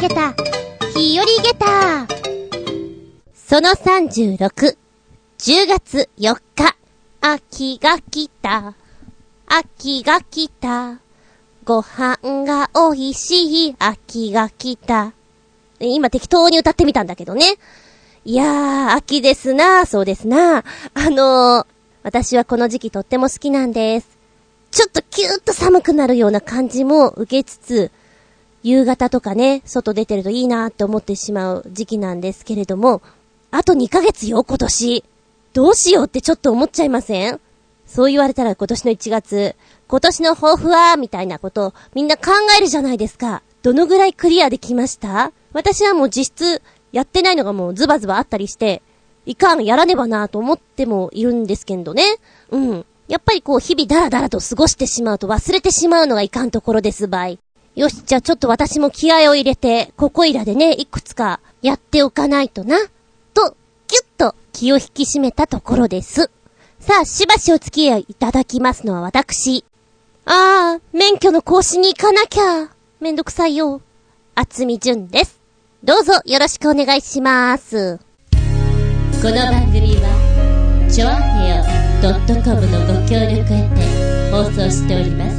げた、日和げた。その36、10月4日、秋が来た、秋が来た、ご飯が美味しい秋が来た。今適当に歌ってみたんだけどね。いやー、秋ですな、そうですな。私はこの時期とっても好きなんです。ちょっとキューッと寒くなるような感じも受けつつ、夕方とかね、外出てるといいなって思ってしまう時期なんですけれども、あと2ヶ月よ、今年。どうしようってちょっと思っちゃいません？そう言われたら今年の1月、今年の抱負はみたいなことをみんな考えるじゃないですか。どのぐらいクリアできました？私はもう実質やってないのがもうズバズバあったりして、いかんやらねばなと思ってもいるんですけどね。やっぱりこう日々ダラダラと過ごしてしまうと忘れてしまうのがいかんところですばい。よし、じゃあちょっと私も気合を入れて、ここいらでね、いくつかやっておかないとな。と、ギュッと気を引き締めたところです。さあ、しばしお付き合いいただきますのは私。免許の更新に行かなきゃ。めんどくさいよ。厚み純です。どうぞよろしくお願いします。この番組は、ちょあへよ.com のご協力へて放送しております。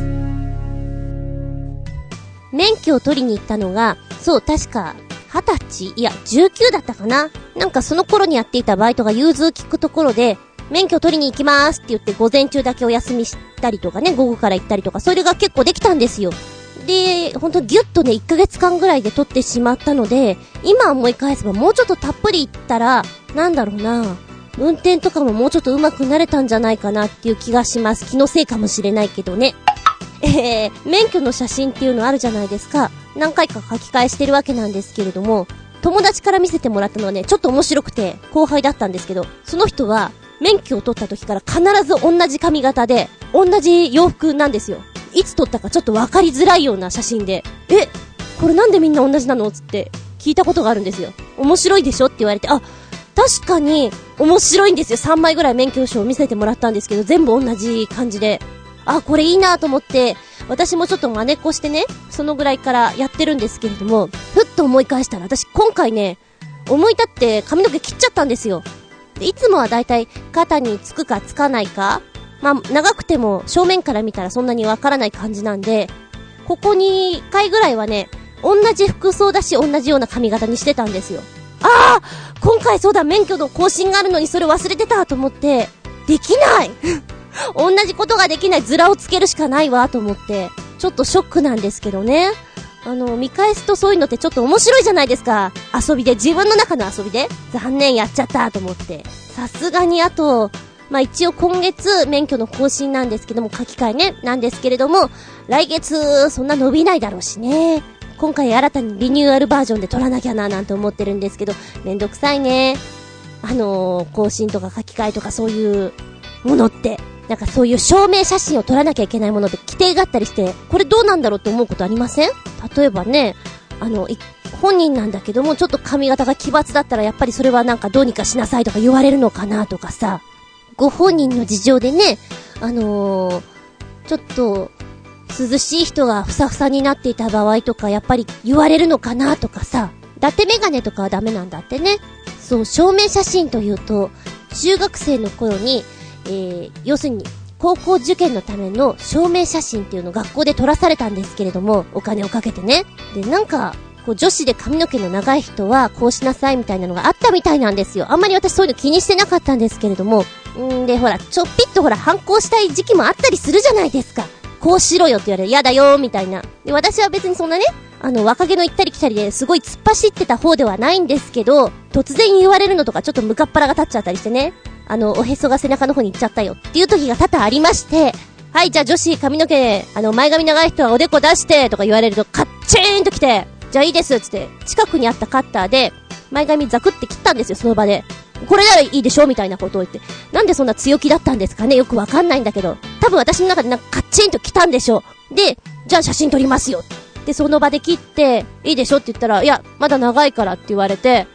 免許を取りに行ったのが、そう、確か、20歳？いや、19だったかな？なんかその頃にやっていたバイトが融通聞くところで、免許取りに行きますって言って午前中だけお休みしたりとかね、午後から行ったりとか、それが結構できたんですよ。で、ほんとギュッとね、1ヶ月間ぐらいで取ってしまったので、今思い返せばもうちょっとたっぷり行ったら、なんだろうな、運転とかももうちょっと上手くなれたんじゃないかなっていう気がします。気のせいかもしれないけどね。免許の写真っていうのあるじゃないですか。何回か書き換えしてるわけなんですけれども、友達から見せてもらったのはね、ちょっと面白くて後輩だったんですけど、その人は免許を取った時から必ず同じ髪型で同じ洋服なんですよ。いつ撮ったかちょっと分かりづらいような写真で、これなんでみんな同じなのつって聞いたことがあるんですよ。面白いでしょって言われて、確かに面白いんですよ。3枚ぐらい免許証を見せてもらったんですけど、全部同じ感じで、これいいなと思って、私もちょっと真似っこしてね、そのぐらいからやってるんですけれども、ふっと思い返したら、私今回ね、思い立って髪の毛切っちゃったんですよ。で、いつもはだいたい肩につくかつかないか、長くても正面から見たらそんなにわからない感じなんで、ここ2回ぐらいはね、同じ服装だし同じような髪型にしてたんですよ。今回そうだ、免許の更新があるのにそれ忘れてたと思って、できない同じことができない、ズラをつけるしかないわと思って、ちょっとショックなんですけどね。見返すとそういうのってちょっと面白いじゃないですか。遊びで、自分の中の遊びで残念やっちゃったと思って、さすがにあと一応今月免許の更新なんですけども、書き換えねなんですけれども、来月そんな伸びないだろうしね。今回新たにリニューアルバージョンで撮らなきゃななんて思ってるんですけど、めんどくさいね。更新とか書き換えとかそういうものって、なんかそういう証明写真を撮らなきゃいけないものって規定があったりして、これどうなんだろうって思うことありません？例えばね、本人なんだけどもちょっと髪型が奇抜だったらやっぱりそれはなんかどうにかしなさいとか言われるのかなとかさ、ご本人の事情でね、ちょっと涼しい人がふさふさになっていた場合とかやっぱり言われるのかなとかさ、伊達メガネとかはダメなんだってね。そう、証明写真というと、中学生の頃に要するに高校受験のための証明写真っていうのを学校で撮らされたんですけれども、お金をかけてね。で、なんかこう女子で髪の毛の長い人はこうしなさいみたいなのがあったみたいなんですよ。あんまり私そういうの気にしてなかったんですけれども、でほらちょっぴっとほら反抗したい時期もあったりするじゃないですか。こうしろよって言われる、やだよみたいな。で、私は別にそんなね、若気の行ったり来たりですごい突っ走ってた方ではないんですけど、突然言われるのとかちょっとムカっ腹が立っちゃったりしてね、おへそが背中の方に行っちゃったよっていう時が多々ありまして、はい、じゃあ女子髪の毛、前髪長い人はおでこ出してとか言われるとカッチーンと来て、じゃあいいですっつって近くにあったカッターで前髪ザクって切ったんですよ、その場で。これならいいでしょみたいなことを言って、なんでそんな強気だったんですかね、よくわかんないんだけど、多分私の中でなんかカッチンと来たんでしょう。で、じゃあ写真撮りますよで、その場で切っていいでしょって言ったら、いやまだ長いからって言われて、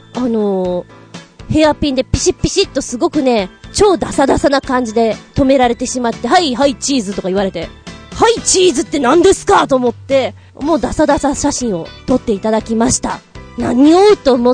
ヘアピンでピシッピシッとすごくね、超ダサダサな感じで止められてしまって、はいはいチーズとか言われて、はいチーズって何ですかと思って、 もうダサダサ写真を撮っていただきました。何をと思って、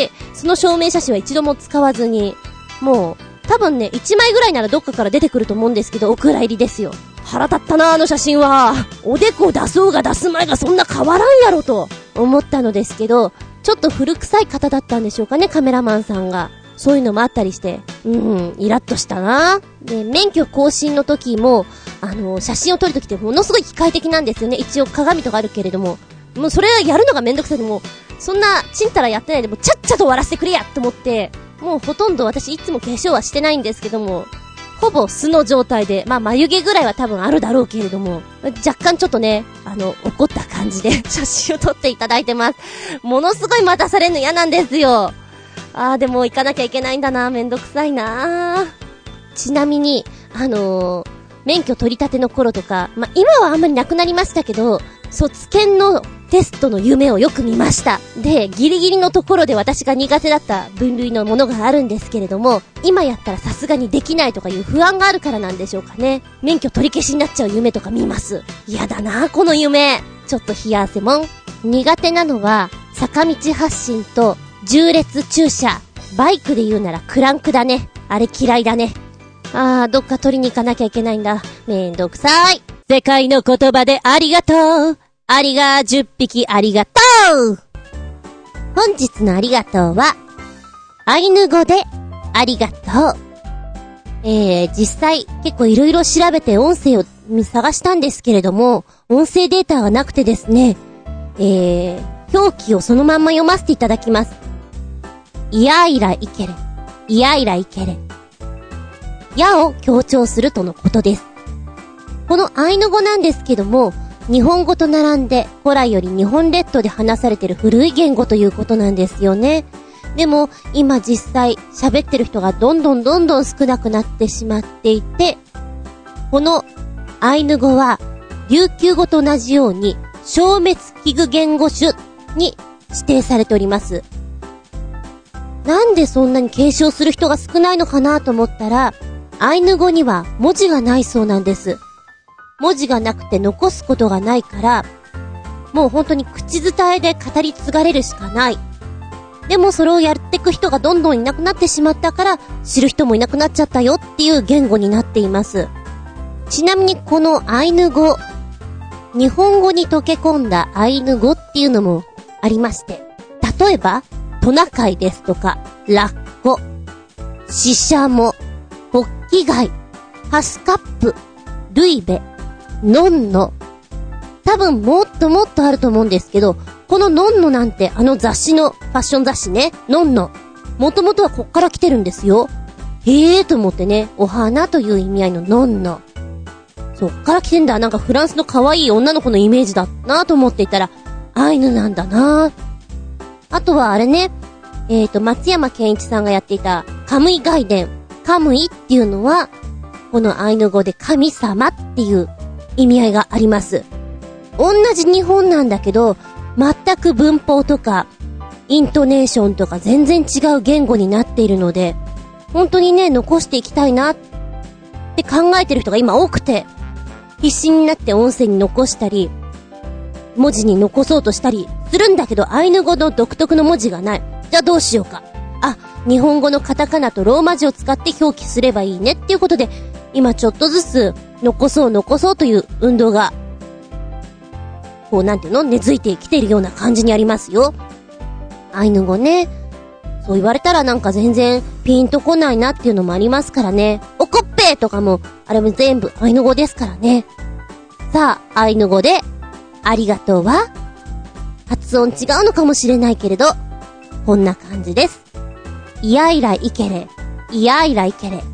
その証明写真は一度も使わずに、もう、多分ね、1枚ぐらいならどっかから出てくると思うんですけど、お蔵入りですよ。腹立ったな、あの写真は。おでこ出そうが出す前がそんな変わらんやろと思ったのですけど、ちょっと古臭い方だったんでしょうかね、カメラマンさんが。そういうのもあったりして、イラッとしたな。で、免許更新の時も、写真を撮る時ってものすごい機械的なんですよね。一応鏡とかあるけれども。もうそれやるのがめんどくさいで、もう、そんな、ちんたらやってないで、もうちゃっちゃと終わらせてくれやと思って、もうほとんど私いつも化粧はしてないんですけども、ほぼ素の状態で、まあ眉毛ぐらいは多分あるだろうけれども、若干ちょっとね、怒った感じで写真を撮っていただいてます。ものすごい待たされるの嫌なんですよ。でも行かなきゃいけないんだな、めんどくさいな。ちなみに、免許取り立ての頃とか、まあ今はあんまりなくなりましたけど、卒検のテストの夢をよく見ました。で、ギリギリのところで私が苦手だった分類のものがあるんですけれども、今やったらさすがにできないとかいう不安があるからなんでしょうかね。免許取り消しになっちゃう夢とか見ます。やだな、この夢。ちょっと冷や汗もん。苦手なのは、坂道発進と縦列駐車。バイクで言うならクランクだね。あれ嫌いだね。どっか取りに行かなきゃいけないんだ。めんどくさい。世界の言葉でありがとう。ありが10匹ありがとう。本日のありがとうは、アイヌ語でありがとう。実際結構いろいろ調べて音声を探したんですけれども、音声データがなくてですね、表記をそのまんま読ませていただきます。イヤイライケレ、イヤイライケレ。やを強調するとのことです。このアイヌ語なんですけども、日本語と並んで古来より日本列島で話されている古い言語ということなんですよね。でも今実際喋ってる人がどんどん少なくなってしまっていて、このアイヌ語は琉球語と同じように消滅危惧言語種に指定されております。なんでそんなに継承する人が少ないのかなと思ったら、アイヌ語には文字がないそうなんです。文字がなくて残すことがないから、もう本当に口伝えで語り継がれるしかない。でもそれをやっていく人がどんどんいなくなってしまったから、知る人もいなくなっちゃったよっていう言語になっています。ちなみにこのアイヌ語、日本語に溶け込んだアイヌ語っていうのもありまして、例えばトナカイですとかラッコ、シシャモ、ホッキ貝、ハスカップ、ルイベ、ノンノ。多分もっとあると思うんですけど、このノンノなんて雑誌の、ファッション雑誌ね、ノンノ。もともとはこっから来てるんですよ。へーと思ってね、お花という意味合いのノンノ。そっから来てんだ。なんかフランスの可愛い女の子のイメージだなと思っていたら、アイヌなんだな。あとはあれね、松山健一さんがやっていたカムイ外伝。カムイっていうのは、このアイヌ語で神様っていう意味合いがあります。同じ日本なんだけど、全く文法とかイントネーションとか全然違う言語になっているので、本当にね、残していきたいなって考えてる人が今多くて、必死になって音声に残したり文字に残そうとしたりするんだけど、アイヌ語の独特の文字がない。じゃあどうしようか。日本語のカタカナとローマ字を使って表記すればいいねっていうことで、今ちょっとずつ残そうという運動がこうなんていうの、根付いてきているような感じにありますよ。アイヌ語ね、そう言われたらなんか全然ピンとこないなっていうのもありますからね。おこっぺとかもあれも全部アイヌ語ですからね。さあ、アイヌ語でありがとうは発音違うのかもしれないけれど、こんな感じです。イヤイライケレ、イヤイライケレ。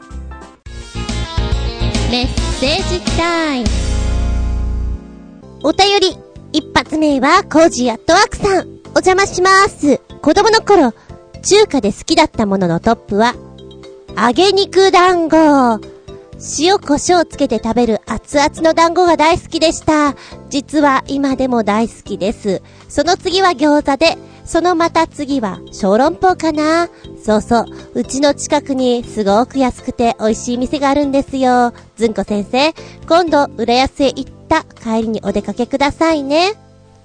メッセージタイム。お便り一発目はコージーアットワークさん、お邪魔します。子供の頃中華で好きだったもののトップは揚げ肉団子。塩コショウつけて食べる熱々の団子が大好きでした。実は今でも大好きです。その次は餃子で、そのまた次は小籠包かな。そうそう、うちの近くにすごく安くて美味しい店があるんですよ。ずんこ先生、今度浦安へ行ったた帰りにお出かけくださいね。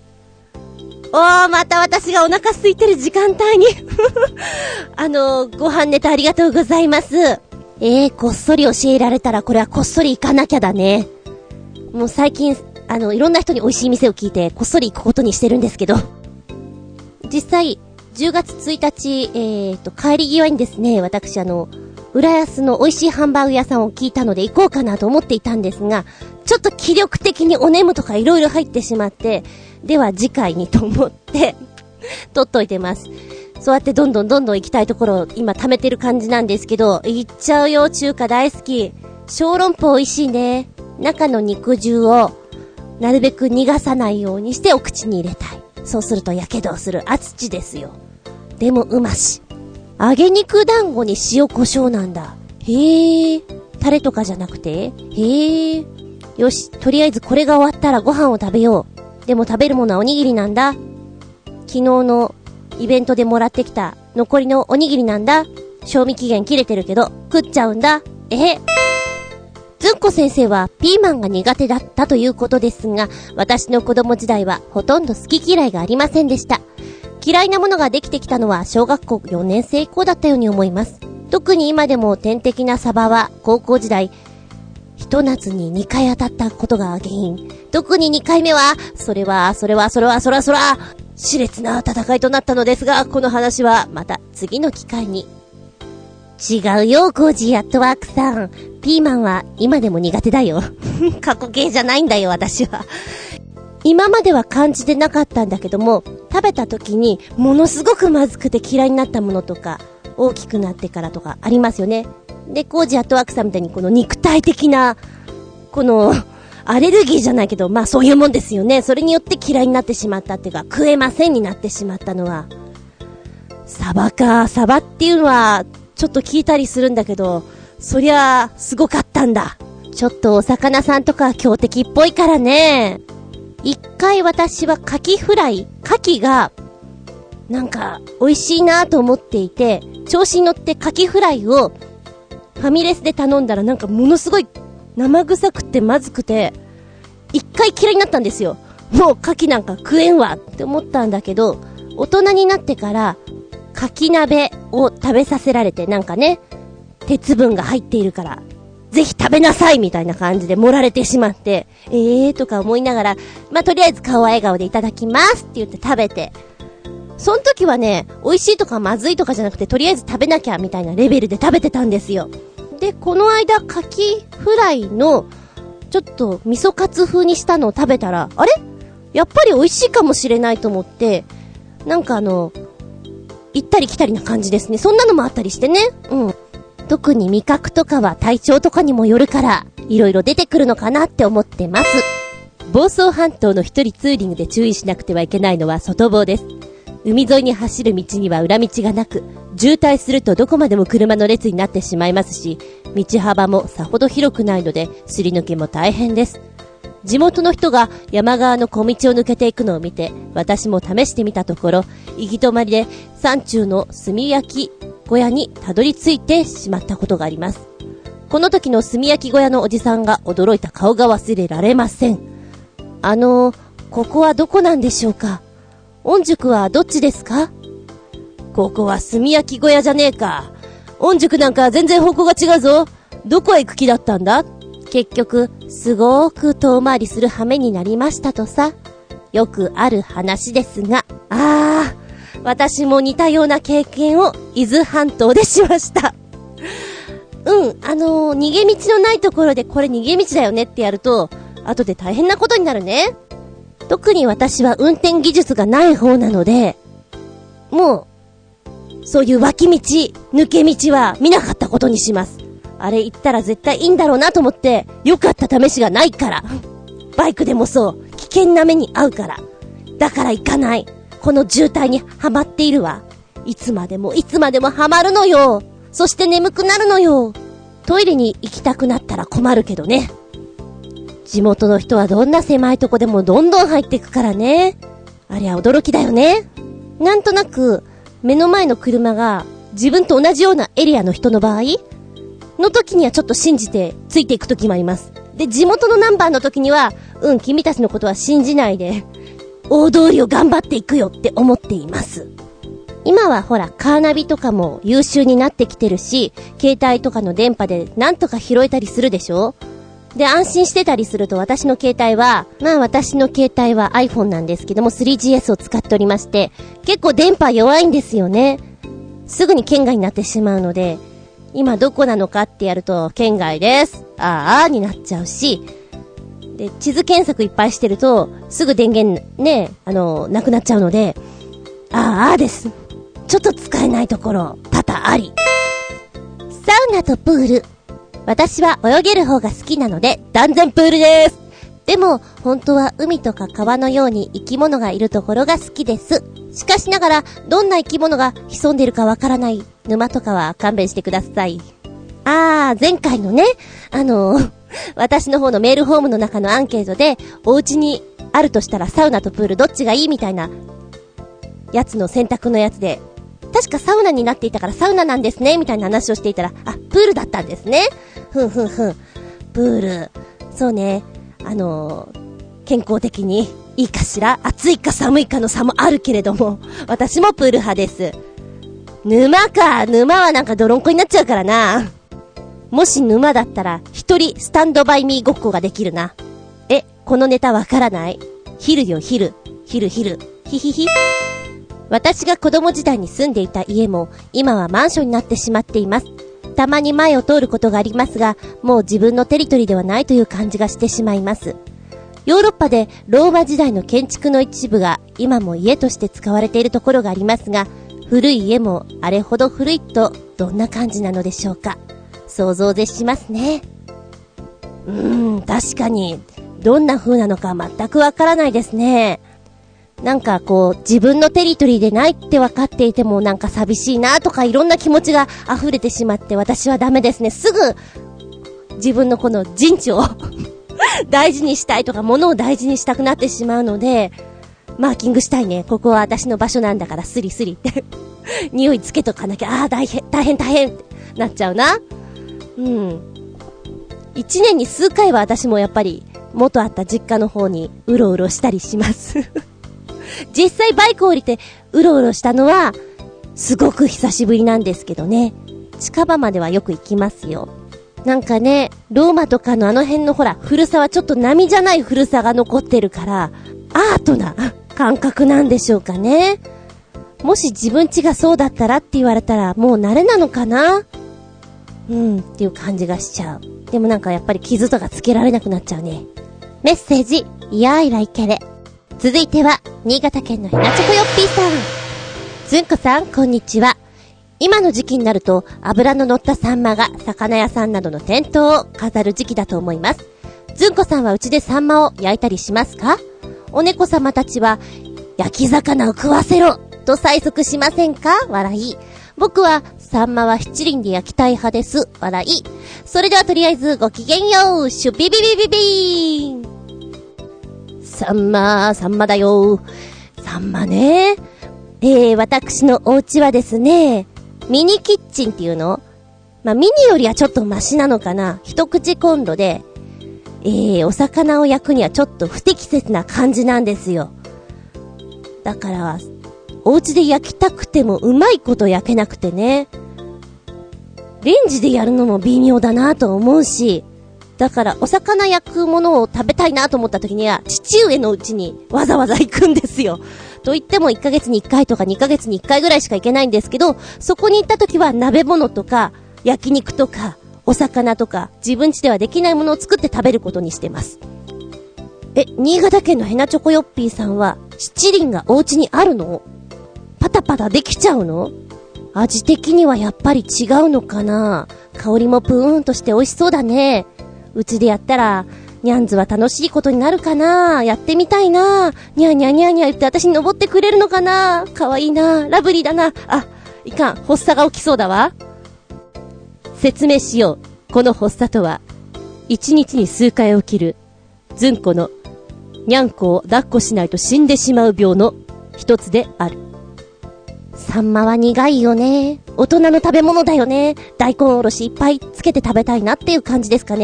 また私がお腹空いてる時間帯にご飯ネタありがとうございます。こっそり教えられたらこれはこっそり行かなきゃだね。もう最近いろんな人に美味しい店を聞いてこっそり行くことにしてるんですけど、実際10月1日帰り際にですね、私浦安の美味しいハンバーグ屋さんを聞いたので行こうかなと思っていたんですが、ちょっと気力的にお眠とかいろいろ入ってしまって、では次回にと思って取っといてます。そうやってどんどん行きたいところを今貯めてる感じなんですけど、行っちゃうよ。中華大好き。小籠包美味しいね。中の肉汁をなるべく逃がさないようにしてお口に入れたい。そうするとやけどをする熱地ですよ。でもうまし。揚げ肉団子に塩胡椒なんだ。へー。タレとかじゃなくて？へー。よし、とりあえずこれが終わったらご飯を食べよう。でも食べるものはおにぎりなんだ。昨日のイベントでもらってきた残りのおにぎりなんだ。賞味期限切れてるけど食っちゃうんだ。ずんこ先生はピーマンが苦手だったということですが、私の子供時代はほとんど好き嫌いがありませんでした。嫌いなものができてきたのは小学校4年生以降だったように思います。特に今でも天敵なサバは高校時代ひと夏に2回当たったことが原因。特に2回目はそれは熾烈な戦いとなったのですが、この話はまた次の機会に。違うよ、コージーアットワークさん。ピーマンは今でも苦手だよ。過去形じゃないんだよ、私は。今までは感じてなかったんだけども、食べた時にものすごくまずくて嫌いになったものとか、大きくなってからとかありますよね。で、コージーアットワークさんみたいにこの肉体的な、この、アレルギーじゃないけど、まあそういうもんですよね。それによって嫌いになってしまったっていうか、食えませんになってしまったのは、サバっていうのは、ちょっと聞いたりするんだけど、そりゃ、すごかったんだ。ちょっとお魚さんとか強敵っぽいからね。一回私はカキが、なんか、美味しいなと思っていて、調子に乗ってカキフライを、ファミレスで頼んだらなんかものすごい、生臭くてまずくて、一回嫌いになったんですよ。もうカキなんか食えんわって思ったんだけど、大人になってから、カキ鍋を食べさせられて、なんかね、鉄分が入っているから、ぜひ食べなさいみたいな感じで盛られてしまって、とか思いながら、まあ、とりあえず顔は笑顔でいただきますって言って食べて、その時はね、美味しいとかまずいとかじゃなくて、とりあえず食べなきゃみたいなレベルで食べてたんですよ。で、この間カキフライのちょっと味噌カツ風にしたのを食べたら、あれ？やっぱり美味しいかもしれないと思って、なんか行ったり来たりな感じですね。そんなのもあったりしてね。特に味覚とかは体調とかにもよるから、いろいろ出てくるのかなって思ってます。房総半島の一人ツーリングで注意しなくてはいけないのは外房です。海沿いに走る道には裏道がなく、渋滞するとどこまでも車の列になってしまいますし、道幅もさほど広くないので、すり抜けも大変です。地元の人が山側の小道を抜けていくのを見て、私も試してみたところ、行き止まりで山中の炭焼き小屋にたどり着いてしまったことがあります。この時の炭焼き小屋のおじさんが驚いた顔が忘れられません。ここはどこなんでしょうか？御宿はどっちですか？ここは炭焼き小屋じゃねえか。御宿なんか全然方向が違うぞ。どこへ行く気だったんだ？結局、すごーく遠回りする羽目になりましたとさ。よくある話ですが、私も似たような経験を伊豆半島でしました。逃げ道のないところでこれ逃げ道だよねってやると、後で大変なことになるね。特に私は運転技術がない方なので、もう、そういう脇道、抜け道は見なかったことにします。あれ行ったら絶対いいんだろうなと思って、よかった試しがないから。バイクでもそう、危険な目に遭うから。だから行かない。この渋滞にはまっているわ。いつまでもはまるのよ。そして眠くなるのよ。トイレに行きたくなったら困るけどね。地元の人はどんな狭いとこでもどんどん入っていくからね。ありゃ驚きだよね。なんとなく目の前の車が自分と同じようなエリアの人の場合の時にはちょっと信じてついていく時もあります。 で、地元のナンバーの時には、君たちのことは信じないで、大通りを頑張っていくよって思っています。今はほら、カーナビとかも優秀になってきてるし、携帯とかの電波でなんとか拾えたりするでしょ？で、安心してたりすると私の携帯は iPhone なんですけども 3GS を使っておりまして、結構電波弱いんですよね。すぐに圏外になってしまうので、今どこなのかってやると圏外です。になっちゃうし、で、地図検索いっぱいしてると、すぐ電源ね、なくなっちゃうので、です。ちょっと使えないところ、多々あり。サウナとプール。私は泳げる方が好きなので、断然プールです。でも、本当は海とか川のように生き物がいるところが好きです。しかしながら、どんな生き物が潜んでいるかわからない沼とかは勘弁してください。前回のね、私の方のメールフォームの中のアンケートで、お家にあるとしたらサウナとプールどっちがいいみたいなやつの選択のやつで、確かサウナになっていたからサウナなんですねみたいな話をしていたら、プールだったんですね。プール。そうね。健康的にいいかしら。暑いか寒いかの差もあるけれども、私もプール派です。沼はなんか泥んこになっちゃうからな。もし沼だったら一人スタンドバイミーごっこができるな。このネタわからない？昼よ昼。ヒヒヒ。私が子供時代に住んでいた家も今はマンションになってしまっています。たまに前を通ることがありますが、もう自分のテリトリーではないという感じがしてしまいます。ヨーロッパでローマ時代の建築の一部が今も家として使われているところがありますが、古い家もあれほど古いとどんな感じなのでしょうか。想像でしますね。確かにどんな風なのか全くわからないですね。なんかこう自分のテリトリーでないって分かっていてもなんか寂しいなとかいろんな気持ちが溢れてしまって、私はダメですね。すぐ自分のこの陣地を大事にしたいとか物を大事にしたくなってしまうので、マーキングしたいね。ここは私の場所なんだからスリスリって匂いつけとかなきゃ、大変ってなっちゃうな。一年に数回は私もやっぱり元あった実家の方にうろうろしたりします実際バイク降りてうろうろしたのはすごく久しぶりなんですけどね。近場まではよく行きますよ。なんかね、ローマとかのあの辺のほら古さはちょっと波じゃない古さが残ってるから、アートな感覚なんでしょうかね。もし自分家がそうだったらって言われたらもう慣れなのかなっていう感じがしちゃう。でもなんかやっぱり傷とかつけられなくなっちゃうね。メッセージ、いやいらいけれ。続いては、新潟県のひなちょこよっぴーさん。ずんこさん、こんにちは。今の時期になると、脂の乗ったサンマが魚屋さんなどの店頭を飾る時期だと思います。ずんこさんはうちでサンマを焼いたりしますか？お猫様たちは、焼き魚を食わせろと催促しませんか？笑い。僕は、サンマは七輪で焼きたい派です。笑い。それではとりあえずごきげんよう。シュビビビビビーン。サンマだよ。サンマね。私のお家はですね、ミニキッチンっていうの？ミニよりはちょっとマシなのかな。一口コンロで、お魚を焼くにはちょっと不適切な感じなんですよ。だから、お家で焼きたくてもうまいこと焼けなくてね。レンジでやるのも微妙だなと思うし、だからお魚焼くものを食べたいなと思った時には父上の家にわざわざ行くんですよ。と言っても1ヶ月に1回とか2ヶ月に1回ぐらいしか行けないんですけど、そこに行った時は鍋物とか焼肉とかお魚とか自分家ではできないものを作って食べることにしてます。新潟県のヘナチョコヨッピーさんは七輪がお家にあるの？パタパタできちゃうの？味的にはやっぱり違うのかな？香りもプーンとして美味しそうだね。うちでやったらニャンズは楽しいことになるかな？やってみたいな。ニャーニャーニャーニャー言って私に登ってくれるのかな？かわいいな。ラブリーだな。いかん。発作が起きそうだわ。説明しよう。この発作とは、1日に数回起きる、ズンコのニャンコを抱っこしないと死んでしまう病の一つである。サンマは苦いよね。大人の食べ物だよね。大根おろしいっぱいつけて食べたいなっていう感じですかね。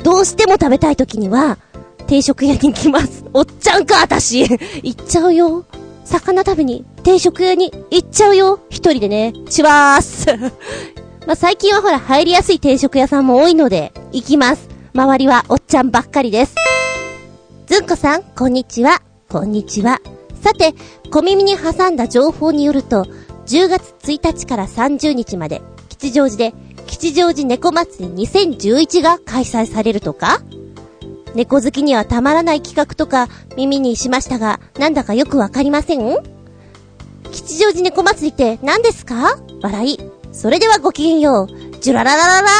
どうしても食べたい時には、定食屋に行きます。おっちゃんか、私。行っちゃうよ。魚食べに、定食屋に行っちゃうよ。一人でね、しわーす。まあ、最近はほら、入りやすい定食屋さんも多いので、行きます。周りはおっちゃんばっかりです。ずんこさん、こんにちは。こんにちは。さて、小耳に挟んだ情報によると、10月1日から30日まで、吉祥寺で、吉祥寺猫祭り2011が開催されるとか？猫好きにはたまらない企画とか耳にしましたが、なんだかよくわかりません？吉祥寺猫祭りって何ですか？笑い。それではごきげんよう。ジュラララララ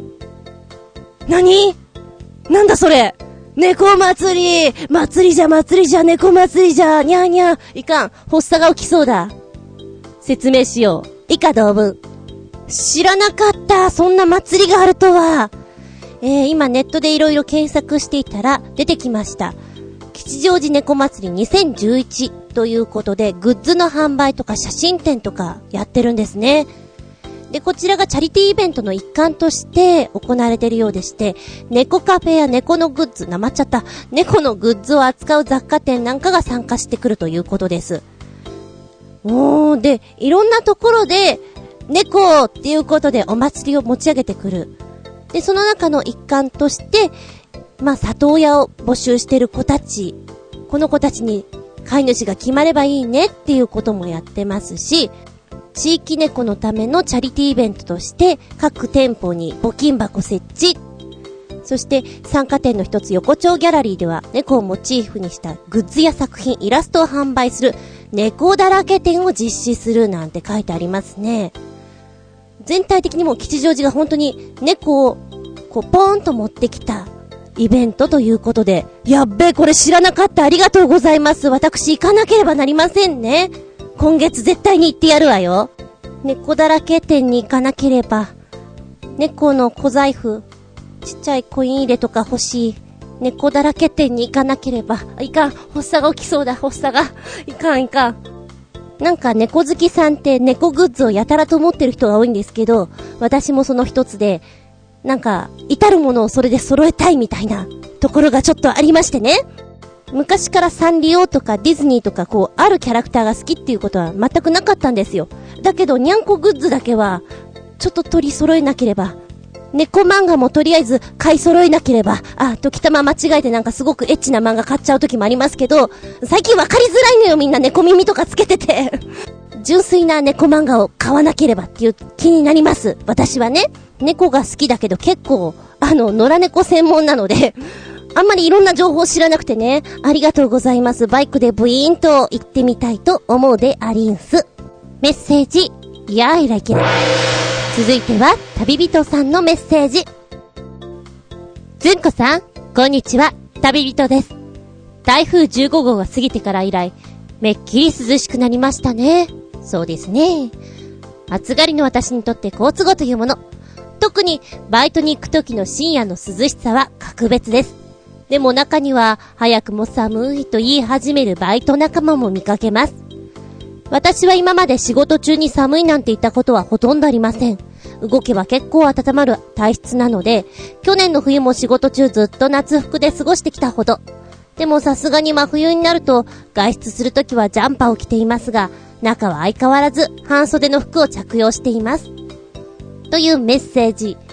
何？なんだそれ？猫祭り！祭りじゃ猫祭りじゃにゃーにゃー。いかん。発作が起きそうだ。説明しよう。以下同文。知らなかった。そんな祭りがあるとは。今ネットでいろいろ検索していたら出てきました。吉祥寺猫祭り2011ということで、グッズの販売とか写真展とかやってるんですね。で、こちらがチャリティーイベントの一環として行われているようでして、猫カフェや猫のグッズ、猫のグッズを扱う雑貨店なんかが参加してくるということです。で、いろんなところで、猫っていうことでお祭りを持ち上げてくる。で、その中の一環として、里親を募集している子たち、この子たちに飼い主が決まればいいねっていうこともやってますし、地域猫のためのチャリティーイベントとして各店舗に募金箱設置。そして参加店の一つ横丁ギャラリーでは猫をモチーフにしたグッズや作品、イラストを販売する猫だらけ展を実施するなんて書いてありますね。全体的にも吉祥寺が本当に猫をポーンと持ってきたイベントということで、やっべえこれ知らなかった、ありがとうございます。私行かなければなりませんね。今月絶対に行ってやるわよ。猫だらけ店に行かなければ。猫の小財布、ちっちゃいコイン入れとか欲しい。猫だらけ店に行かなければ。いかん、発作が起きそうだ、発作が。いかん。なんか猫好きさんって猫グッズをやたらと持ってる人が多いんですけど、私もその一つで、なんか至るものをそれで揃えたいみたいなところがちょっとありましてね。昔からサンリオとかディズニーとかあるキャラクターが好きっていうことは全くなかったんですよ。だけどにゃんこグッズだけはちょっと取り揃えなければ。猫漫画もとりあえず買い揃えなければ。時たま間違えてなんかすごくエッチな漫画買っちゃう時もありますけど、最近わかりづらいのよ、みんな猫耳とかつけてて。純粋な猫漫画を買わなければっていう気になります。私はね、猫が好きだけど結構野良猫専門なのであんまりいろんな情報知らなくてね。ありがとうございます。バイクでブイーンと行ってみたいと思うでありんす。メッセージ、いやーいらいけない。続いては、旅人さんのメッセージ。ずんこさん、こんにちは。旅人です。台風15号が過ぎてから以来、めっきり涼しくなりましたね。そうですね。暑がりの私にとって好都合というもの。特に、バイトに行く時の深夜の涼しさは格別です。でも中には早くも寒いと言い始めるバイト仲間も見かけます。私は今まで仕事中に寒いなんて言ったことはほとんどありません。動けば結構温まる体質なので、去年の冬も仕事中ずっと夏服で過ごしてきたほど。でもさすがに真冬になると外出するときはジャンパーを着ていますが、中は相変わらず半袖の服を着用しています。というメッセージ。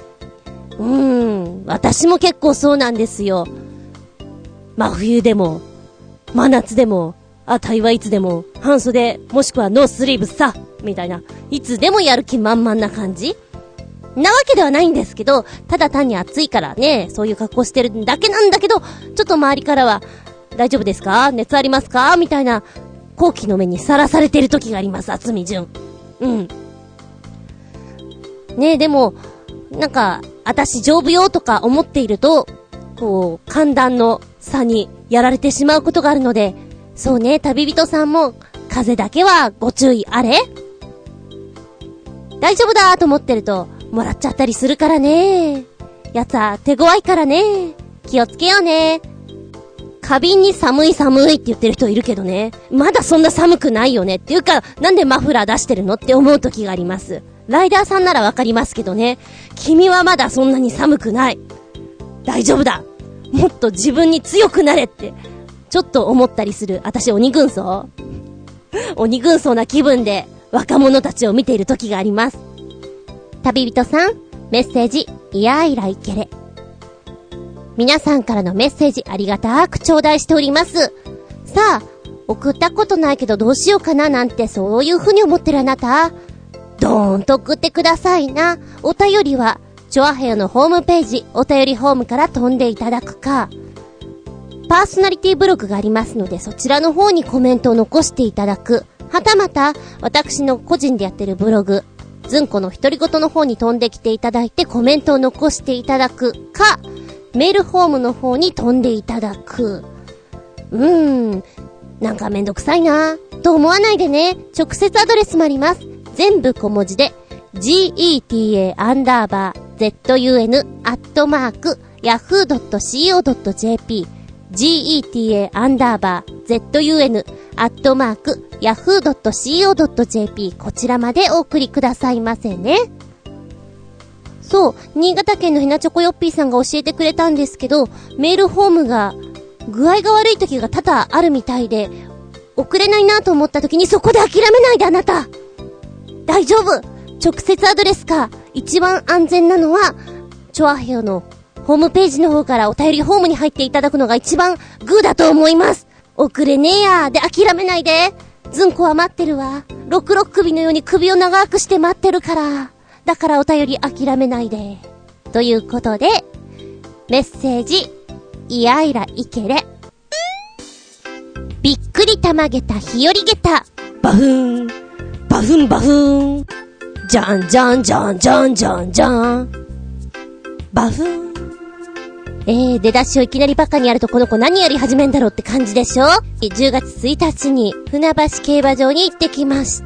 私も結構そうなんですよ。真冬でも真夏でもあたいはいつでも半袖もしくはノースリーブさみたいな、いつでもやる気満々な感じなわけではないんですけど、ただ単に暑いからね、そういう格好してるだけなんだけど、ちょっと周りからは大丈夫ですか、熱ありますかみたいな好奇の目にさらされてる時があります。厚み順ね。でもなんか私丈夫よとか思っていると寒暖の差にやられてしまうことがあるので、そうね、旅人さんも風邪だけはご注意あれ。大丈夫だと思ってるともらっちゃったりするからね。やつは手強いからね。気をつけようね。過敏に寒いって言ってる人いるけどね、まだそんな寒くないよねっていうか、なんでマフラー出してるのって思う時があります。ライダーさんならわかりますけどね、君はまだそんなに寒くない。 大丈夫だ、もっと自分に強くなれってちょっと思ったりする私鬼軍曹鬼軍曹な気分で若者たちを見ている時があります。旅人さん、メッセージいやいらいけれ。皆さんからのメッセージありがたく頂戴しております。さあ、送ったことないけどどうしようかななんてそういう風に思ってるあなた、どーんと送ってくださいな。お便りはチョアヘヨのホームページお便りホームから飛んでいただくか、パーソナリティブログがありますのでそちらの方にコメントを残していただく、はたまた私の個人でやってるブログずんこの独り言の方に飛んできていただいてコメントを残していただくか、メールフォームの方に飛んでいただく。なんかめんどくさいなと思わないでね。直接アドレスもあります。全部小文字で geta_zun@yahoo.co.jp geta_zun@yahoo.co.jp こちらまでお送りくださいませね。そう、新潟県のひなチョコヨッピーさんが教えてくれたんですけど、メールフォームが具合が悪い時が多々あるみたいで、送れないなと思った時にそこで諦めないであなた。大丈夫。直接アドレスか、一番安全なのはチョアヘヨのホームページの方からお便りフォームに入っていただくのが一番グーだと思います。遅れねえやで諦めないで。ずんこは待ってるわ。66首のように首を長くして待ってるから。だからお便り諦めないで。ということで、メッセージ、いやいらいけれ。びっくりたまげた日和げた。バフーン、バフンバフーン。じゃんじゃんじゃんじゃんじゃんじゃん。バフーン。出だしをいきなりバカにやるとこの子何やり始めんだろうって感じでしょ。10月1日に船橋競馬場に行ってきました。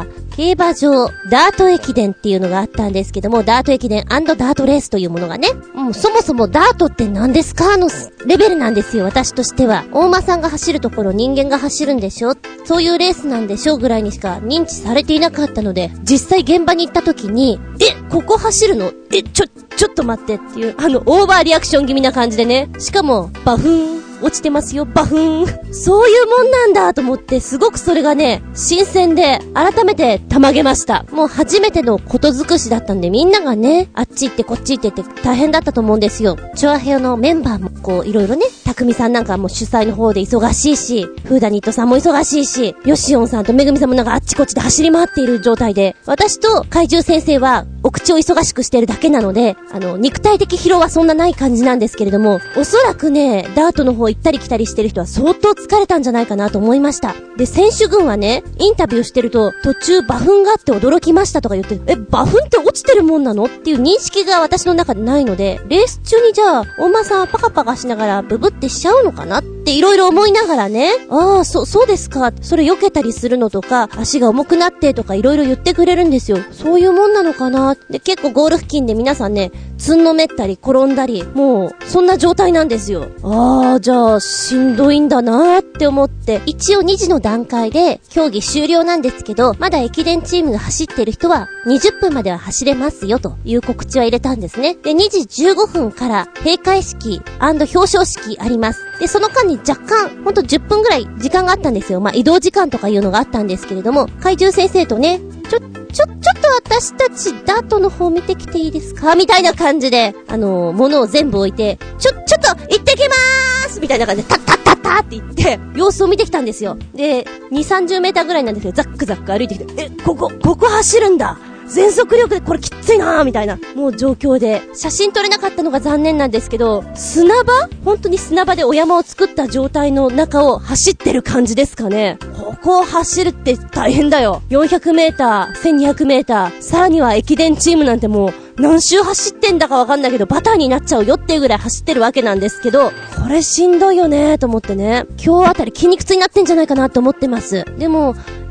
競馬場ダート駅伝っていうのがあったんですけども、ダート駅伝&ダートレースというものがね、そもそもダートって何ですかのレベルなんですよ。私としては大間さんが走るところ人間が走るんでしょ、そういうレースなんでしょぐらいにしか認知されていなかったので、実際現場に行った時にここ走るのちょっと待ってっていうオーバーリアクション気味な感じでね、しかもバフーン落ちてますよ、バフーン。そういうもんなんだと思って、すごくそれがね、新鮮で、改めてたまげました。もう初めてのことづくしだったんで、みんながね、あっち行ってこっち行ってって大変だったと思うんですよ。チョアヘヨのメンバーもこう、いろいろね、たくみさんなんかも主催の方で忙しいし、フーダニットさんも忙しいし、ヨシオンさんとめぐみさんもなんかあっちこっちで走り回っている状態で、私と怪獣先生は、お口を忙しくしてるだけなので、肉体的疲労はそんなない感じなんですけれども、おそらくね、ダートの方行ったり来たりしてる人は相当疲れたんじゃないかなと思いました。で、選手群はね、インタビューしてると、途中バフンがあって驚きましたとか言って、バフンって落ちてるもんなのっていう認識が私の中でないので、レース中にじゃあ、お馬さんはパカパカしながらブブってしちゃうのかなっていろいろ思いながらね、そうですか。それ避けたりするのとか、足が重くなってとかいろいろ言ってくれるんですよ。そういうもんなのかな。で、結構ゴール付近で皆さんね、つんのめったり転んだり、もうそんな状態なんですよ。じゃあしんどいんだなーって思って、一応2時の段階で競技終了なんですけど、まだ駅伝チームが走ってる人は20分までは走れますよという告知は入れたんですね。で、2時15分から閉会式&表彰式あります。で、その間に若干ほんと10分ぐらい時間があったんですよ。移動時間とかいうのがあったんですけれども、怪獣先生とね、ちょっと私たちダートの方見てきていいですかみたいな感じで、物を全部置いて、ちょっと行ってきまーすみたいな感じで、タッって言って、様子を見てきたんですよ。で、2、30メーターぐらいなんですけど、ザックザック歩いてきて、ここ走るんだ全速力でこれきついなーみたいな、もう状況で、写真撮れなかったのが残念なんですけど、本当に砂場でお山を作った状態の中を走ってる感じですかね。ここを走るって大変だよ。400メーター、1200メーター、さらには駅伝チームなんてもう、何周走ってんだかわかんないけどバターになっちゃうよっていうぐらい走ってるわけなんですけど、これしんどいよねと思ってね、今日あたり筋肉痛になってんじゃないかなと思ってます。でも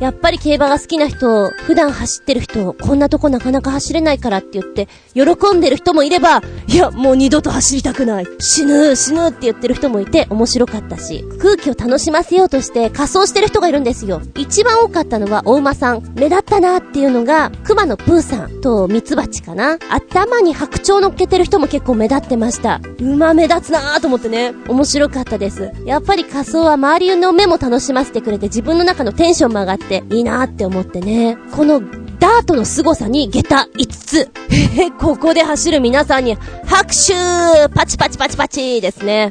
やっぱり競馬が好きな人、普段走ってる人、こんなとこなかなか走れないからって言って喜んでる人もいれば、いやもう二度と走りたくない、死ぬって言ってる人もいて面白かったし、空気を楽しませようとして仮装してる人がいるんですよ。一番多かったのはお馬さん、目立ったなっていうのが熊野プーさんとミツバチかな。頭に白鳥乗っけてる人も結構目立ってました。馬目立つなーと思ってね、面白かったです。やっぱり仮装は周りの目も楽しませてくれて、自分の中のテンションも上がっていいなーって思ってね。このダートの凄さに下駄5つここで走る皆さんに拍手パチパチパチパチですね。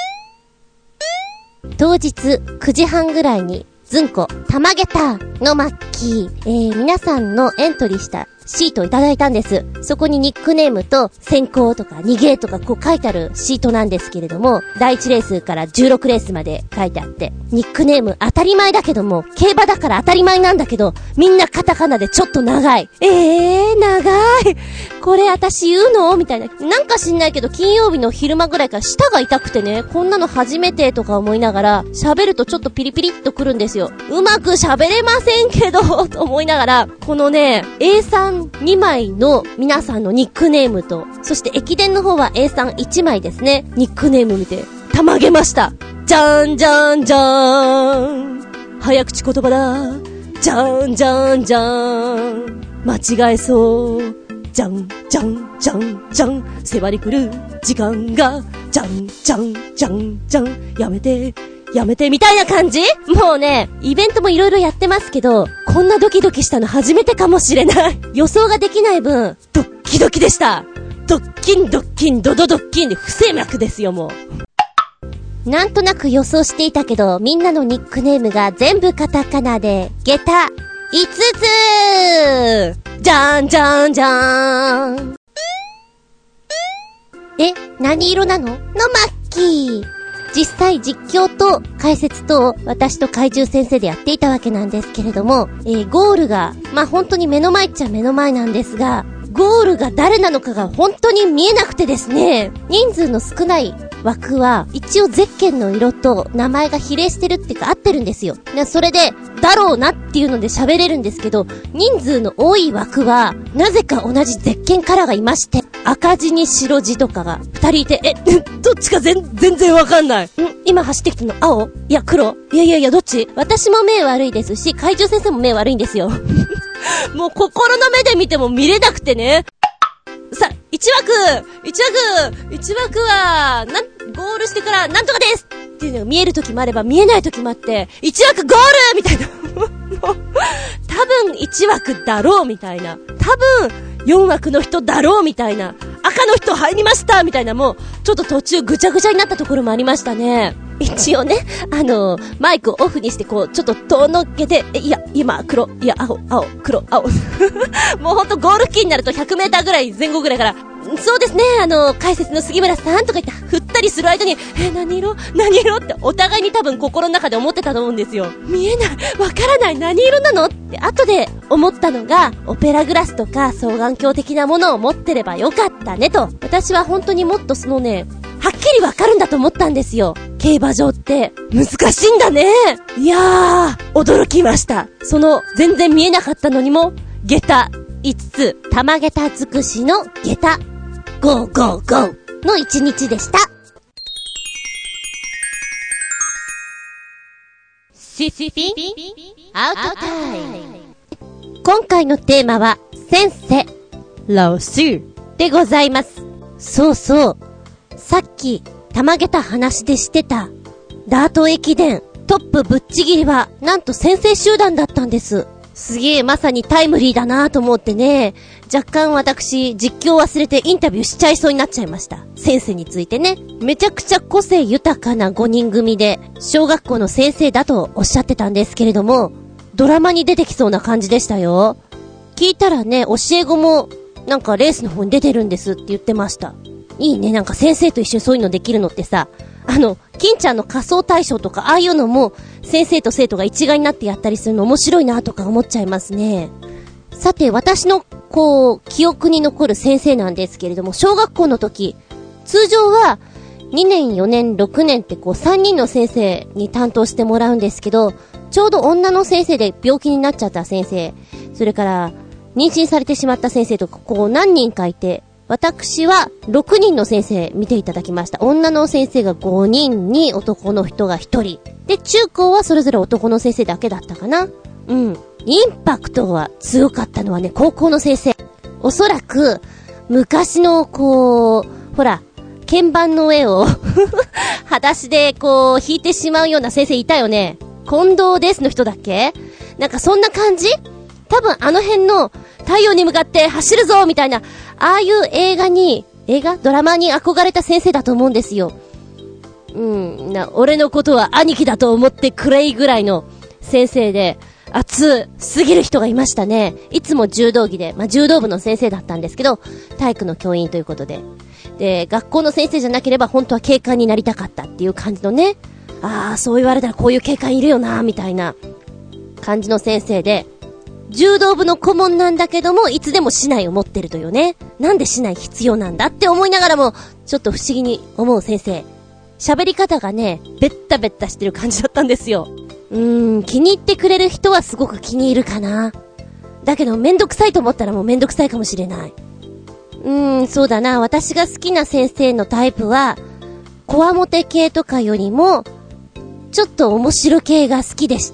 当日9時半ぐらいにずんこ玉下駄のマッキー、皆さんのエントリーしたシートをいただいたんです。そこにニックネームと先行とか逃げとかこう書いてあるシートなんですけれども、第1レースから16レースまで書いてあって、ニックネーム当たり前だけども、競馬だから当たり前なんだけど、みんなカタカナでちょっと長い。長い。これ私言うのみたいな。なんか知んないけど金曜日の昼間ぐらいから舌が痛くてね、こんなの初めてとか思いながら、喋るとちょっとピリピリっとくるんですよ。うまく喋れませんけどと思いながら、このね、A32 枚の皆さんのニックネームと、そして駅伝の方は A31 枚ですね。ニックネーム見て、たまげました。じゃんじゃんじゃーん。早口言葉だ。じゃんじゃんじゃーん。間違えそう。じゃんじゃんじゃんじゃん。迫り来る時間が。じゃんじゃんじゃんじゃん。やめてみたいな感じ？もうね、イベントもいろいろやってますけど、こんなドキドキしたの初めてかもしれない。予想ができない分、ドッキドキでした。ドッキンドッキンドドドッキンで不整脈ですよ、もう。なんとなく予想していたけど、みんなのニックネームが全部カタカナで、下駄5つじゃんじゃんじゃーん。何色なの？のマッキー。実際実況と解説と私と怪獣先生でやっていたわけなんですけれども、ゴールが、本当に目の前っちゃ目の前なんですが、ゴールが誰なのかが本当に見えなくてですね、人数の少ない枠は一応ゼッケンの色と名前が比例してるっていうか合ってるんですよ。それでだろうなっていうので喋れるんですけど、人数の多い枠はなぜか同じゼッケンカラーがいまして、赤字に白字とかが2人いて、どっちか全然わかんない。今走ってきたの青？いや黒？いやどっち？私も目悪いですし、怪獣先生も目悪いんですよ。もう心の目で見ても見れなくてね。さ、1枠は、ゴールしてからなんとかですっていうのが見える時もあれば見えない時もあって、1枠ゴールみたいな。多分1枠だろうみたいな。多分4枠の人だろうみたいな。赤の人入りましたみたいな、もうちょっと途中ぐちゃぐちゃになったところもありましたね。一応ね、マイクをオフにしてこうちょっと遠のっけて、いや今黒、いや青黒青もうほんとゴール付近になると100メーターぐらい前後ぐらいから、そうですね、解説の杉村さんとか言って振ったりする間に、何色ってお互いに多分心の中で思ってたと思うんですよ。見えない、わからない、何色なのって後で思ったのが、オペラグラスとか双眼鏡的なものを持ってればよかったねと。私は本当にもっとそのね、はっきりわかるんだと思ったんですよ。競馬場って難しいんだね。いやー、驚きました。その全然見えなかったのにも下駄5つ、玉下駄尽くしの下駄ゴーゴーゴーの一日でした。シッピンアウトタイム。今回のテーマは先生老師でございます。そうそう、さっき玉下駄話でしてたダート駅伝トップぶっちぎりはなんと先生集団だったんです。すげえまさにタイムリーだなと思ってね、若干私実況忘れてインタビューしちゃいそうになっちゃいました。先生についてね、めちゃくちゃ個性豊かな5人組で小学校の先生だとおっしゃってたんですけれども、ドラマに出てきそうな感じでしたよ。聞いたらね、教え子もなんかレースの方に出てるんですって言ってました。いいね、なんか先生と一緒にそういうのできるのってさ、金ちゃんの仮装大賞とかああいうのも先生と生徒が一丸になってやったりするの面白いなとか思っちゃいますね。さて、私の記憶に残る先生なんですけれども、小学校の時、通常は 2年、4年、6年って3人の先生に担当してもらうんですけど、ちょうど女の先生で病気になっちゃった先生、それから妊娠されてしまった先生とか何人かいて、私は6人の先生見ていただきました。女の先生が5人に男の人が1人。で、中高はそれぞれ男の先生だけだったかな。インパクトは強かったのはね、高校の先生。おそらく、昔のほら、鍵盤の上を裸足で弾いてしまうような先生いたよね。近藤ですの人だっけ？なんかそんな感じ？多分あの辺の太陽に向かって走るぞみたいな、ああいうドラマに憧れた先生だと思うんですよ。俺のことは兄貴だと思ってくれいぐらいの先生で、熱すぎる人がいましたね。いつも柔道着で、柔道部の先生だったんですけど、体育の教員ということで。で、学校の先生じゃなければ本当は警官になりたかったっていう感じのね。そう言われたらこういう警官いるよなみたいな感じの先生で、柔道部の顧問なんだけども、いつでも竹刀を持ってるというね。なんで竹刀必要なんだって思いながらも、ちょっと不思議に思う先生。喋り方がね、ベッタベッタしてる感じだったんですよ。気に入ってくれる人はすごく気に入るかな。だけどめんどくさいと思ったらもうめんどくさいかもしれない。そうだな。私が好きな先生のタイプは、コワモテ系とかよりも、ちょっと面白系が好きでした。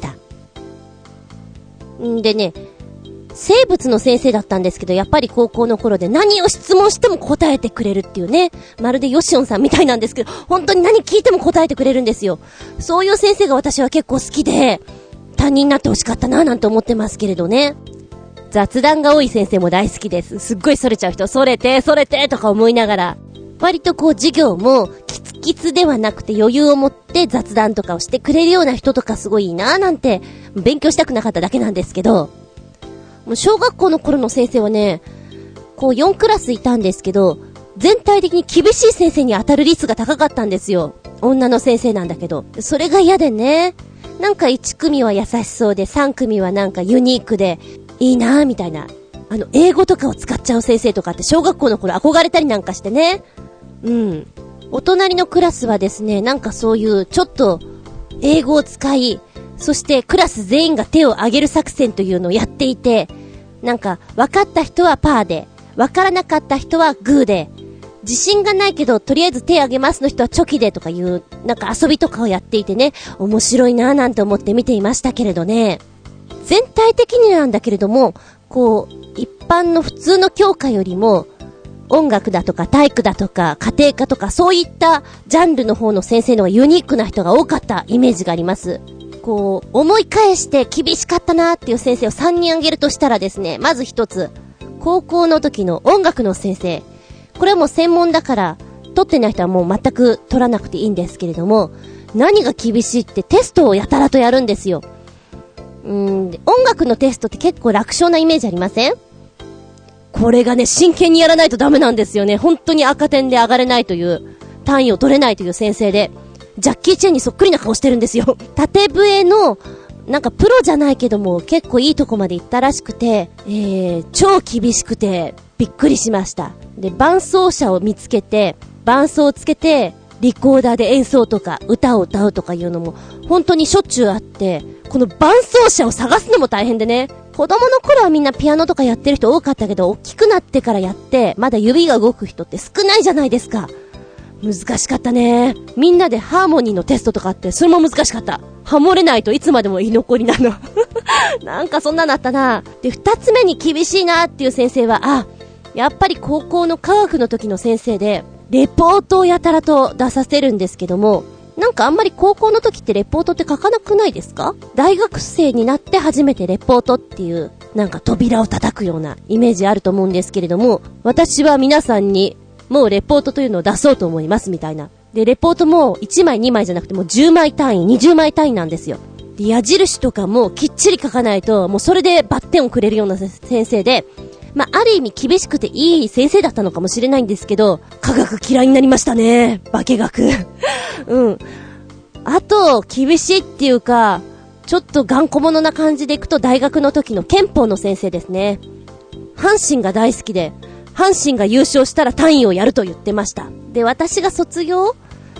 でね、生物の先生だったんですけど、やっぱり高校の頃で何を質問しても答えてくれるっていうね。まるでヨシオンさんみたいなんですけど、本当に何聞いても答えてくれるんですよ。そういう先生が私は結構好きで、担任になってほしかったななんて思ってますけれどね。雑談が多い先生も大好きです。すっごいそれちゃう人、それてとか思いながら、割と授業もキツキツではなくて余裕を持って雑談とかをしてくれるような人とかすごいいいななんて、勉強したくなかっただけなんですけど、もう小学校の頃の先生はね、4クラスいたんですけど、全体的に厳しい先生に当たる率が高かったんですよ。女の先生なんだけど。それが嫌でね。なんか1組は優しそうで、3組はなんかユニークで、いいなぁみたいな。英語とかを使っちゃう先生とかって小学校の頃憧れたりなんかしてね。お隣のクラスはですね、なんかそういうちょっと英語を使い、そしてクラス全員が手を挙げる作戦というのをやっていて、なんか分かった人はパーで、分からなかった人はグーで、自信がないけどとりあえず手挙げますの人はチョキでとかいうなんか遊びとかをやっていてね、面白いなぁなんて思って見ていましたけれどね。全体的になんだけれども、一般の普通の教科よりも音楽だとか体育だとか家庭科とかそういったジャンルの方の先生のがユニークな人が多かったイメージがあります。思い返して厳しかったなーっていう先生を3人挙げるとしたらですね、まず一つ、高校の時の音楽の先生。これはもう専門だから、取ってない人はもう全く取らなくていいんですけれども、何が厳しいってテストをやたらとやるんですよ。音楽のテストって結構楽勝なイメージありません？これがね、真剣にやらないとダメなんですよね。本当に赤点で上がれないという、単位を取れないという先生で、ジャッキー・チェンにそっくりな顔してるんですよ。縦笛の、なんかプロじゃないけども、結構いいとこまで行ったらしくて、超厳しくて、びっくりしました。で、伴奏者を見つけて、伴奏をつけて、リコーダーで演奏とか、歌を歌うとかいうのも、本当にしょっちゅうあって、この伴奏者を探すのも大変でね、子供の頃はみんなピアノとかやってる人多かったけど、大きくなってからやって、まだ指が動く人って少ないじゃないですか。難しかったね。みんなでハーモニーのテストとかあって、それも難しかった。ハモれないといつまでも居残りなの。なんかそんなのあったな。で、二つ目に厳しいなっていう先生は、やっぱり高校の科学の時の先生で、レポートをやたらと出させるんですけども、なんかあんまり高校の時ってレポートって書かなくないですか？大学生になって初めてレポートっていう、なんか扉を叩くようなイメージあると思うんですけれども、私は皆さんに、もうレポートというのを出そうと思いますみたいな。で、レポートも1枚2枚じゃなくてもう10枚単位、20枚単位なんですよ。で、矢印とかもきっちり書かないと、もうそれでバッテンをくれるような先生で、ある意味厳しくていい先生だったのかもしれないんですけど、科学嫌いになりましたね。化学。あと、厳しいっていうか、ちょっと頑固者な感じでいくと大学の時の憲法の先生ですね。阪神が大好きで、阪神が優勝したら単位をやると言ってました。で、私が卒業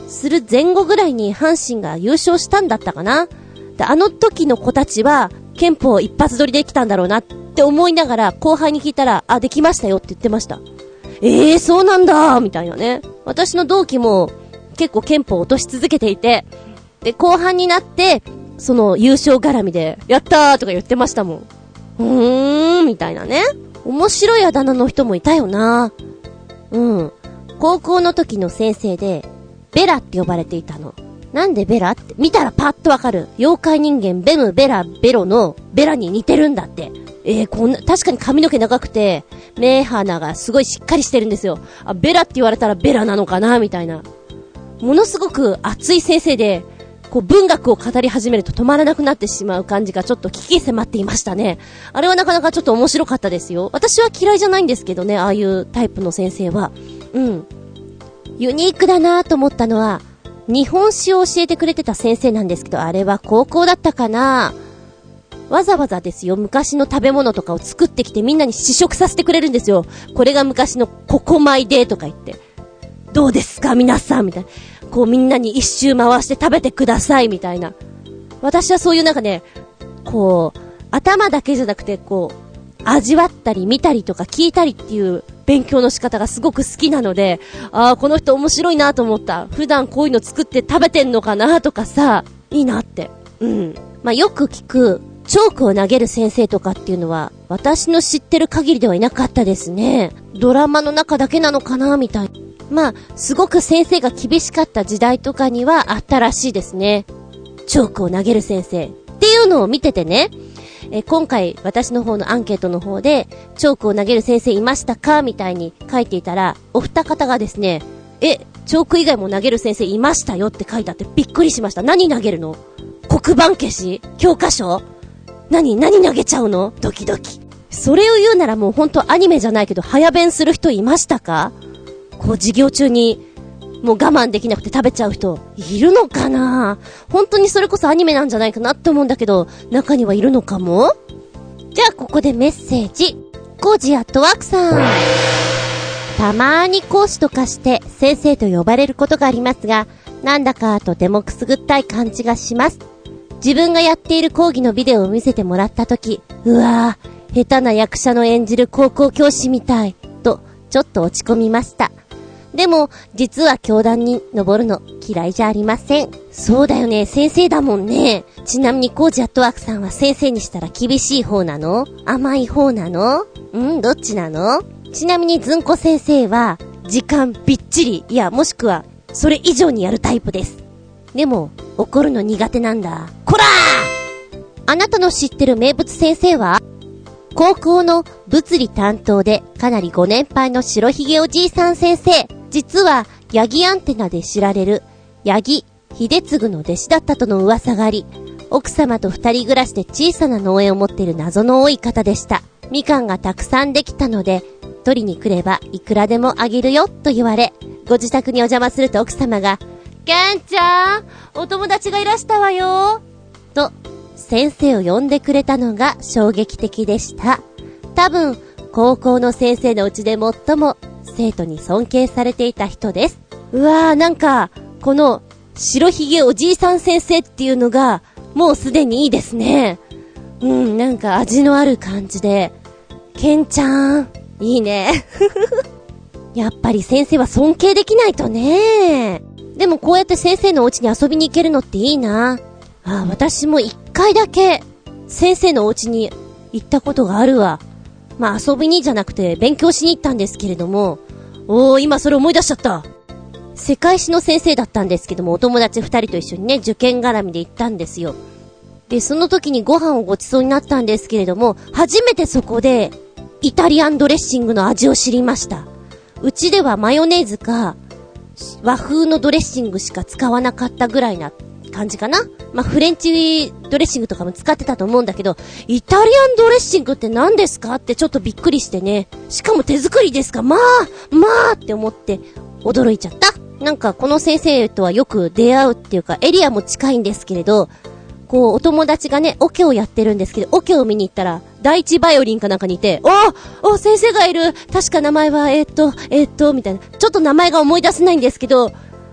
する前後ぐらいに阪神が優勝したんだったかな。で、あの時の子たちは憲法一発撮りできたんだろうなって思いながら後輩に聞いたら、できましたよって言ってました。そうなんだみたいなね。私の同期も結構憲法を落とし続けていて、で、後半になってその優勝絡みでやったーとか言ってましたもん。みたいなね。面白いあだ名の人もいたよな。高校の時の先生でベラって呼ばれていたの。なんでベラって見たらパッとわかる。妖怪人間ベムベラベロのベラに似てるんだって。こんな確かに髪の毛長くて目鼻がすごいしっかりしてるんですよ。ベラって言われたらベラなのかなみたいな。ものすごく熱い先生で、こう文学を語り始めると止まらなくなってしまう感じがちょっと危機迫っていましたね。あれはなかなかちょっと面白かったですよ。私は嫌いじゃないんですけどね、ああいうタイプの先生は。ユニークだなと思ったのは、日本史を教えてくれてた先生なんですけど、あれは高校だったかな。わざわざですよ、昔の食べ物とかを作ってきてみんなに試食させてくれるんですよ。これが昔のココ米でとか言って、どうですか皆さんみたいな。こうみんなに一周回して食べてくださいみたいな。私はそういうなんかね、こう頭だけじゃなくてこう味わったり見たりとか聞いたりっていう勉強の仕方がすごく好きなので、この人面白いなと思った。普段こういうの作って食べてんのかなとかさ、いいなって。よく聞くチョークを投げる先生とかっていうのは私の知ってる限りではいなかったですね。ドラマの中だけなのかなみたい。すごく先生が厳しかった時代とかにはあったらしいですね。チョークを投げる先生っていうのを見ててね、今回私の方のアンケートの方でチョークを投げる先生いましたかみたいに書いていたら、お二方がですね、チョーク以外も投げる先生いましたよって書いてあってびっくりしました。何投げるの？黒板消し？教科書？何投げちゃうの？ドキドキ。それを言うならもう本当アニメじゃないけど早弁する人いましたか？こう授業中にもう我慢できなくて食べちゃう人いるのかな？本当にそれこそアニメなんじゃないかなって思うんだけど、中にはいるのかも？じゃあここでメッセージ。コージアットワークさん。たまーに講師とかして先生と呼ばれることがありますが、なんだかとてもくすぐったい感じがします。自分がやっている講義のビデオを見せてもらったとき、うわー、下手な役者の演じる高校教師みたいとちょっと落ち込みました。でも実は教壇に登るの嫌いじゃありません。そうだよね、先生だもんね。ちなみにコージアットワークさんは先生にしたら厳しい方なの？甘い方なの？どっちなの？ちなみにずんこ先生は時間びっちり、いやもしくはそれ以上にやるタイプです。でも怒るの苦手なんだ。こらー！あなたの知ってる名物先生は？高校の物理担当でかなりご年配の白ひげおじいさん先生。実はヤギアンテナで知られるヤギ秀次の弟子だったとの噂があり、奥様と二人暮らしで小さな農園を持っている謎の多い方でした。みかんがたくさんできたので取りに来ればいくらでもあげるよと言われ、ご自宅にお邪魔すると奥様が、ケンちゃんお友達がいらしたわよと先生を呼んでくれたのが衝撃的でした。多分高校の先生のうちで最も生徒に尊敬されていた人です。うわー、なんかこの白ひげおじいさん先生っていうのがもうすでにいいですね。なんか味のある感じで、ケンちゃんいいねやっぱり先生は尊敬できないとね。でもこうやって先生のお家に遊びに行けるのっていいな。私も一回だけ先生のお家に行ったことがあるわ。遊びにじゃなくて勉強しに行ったんですけれども、今それ思い出しちゃった。世界史の先生だったんですけども、お友達二人と一緒にね、受験絡みで行ったんですよ。で、その時にご飯をごちそうになったんですけれども、初めてそこでイタリアンドレッシングの味を知りました。うちではマヨネーズか和風のドレッシングしか使わなかったぐらいな感じかな。フレンチドレッシングとかも使ってたと思うんだけど、イタリアンドレッシングって何ですかってちょっとびっくりしてね。しかも手作りですか？まあって思って驚いちゃった。なんかこの先生とはよく出会うっていうか、エリアも近いんですけれど、こうお友達がねオケをやってるんですけど、オケを見に行ったら第一バイオリンかなんかにいて、先生がいる。確か名前はみたいな、ちょっと名前が思い出せないんですけど、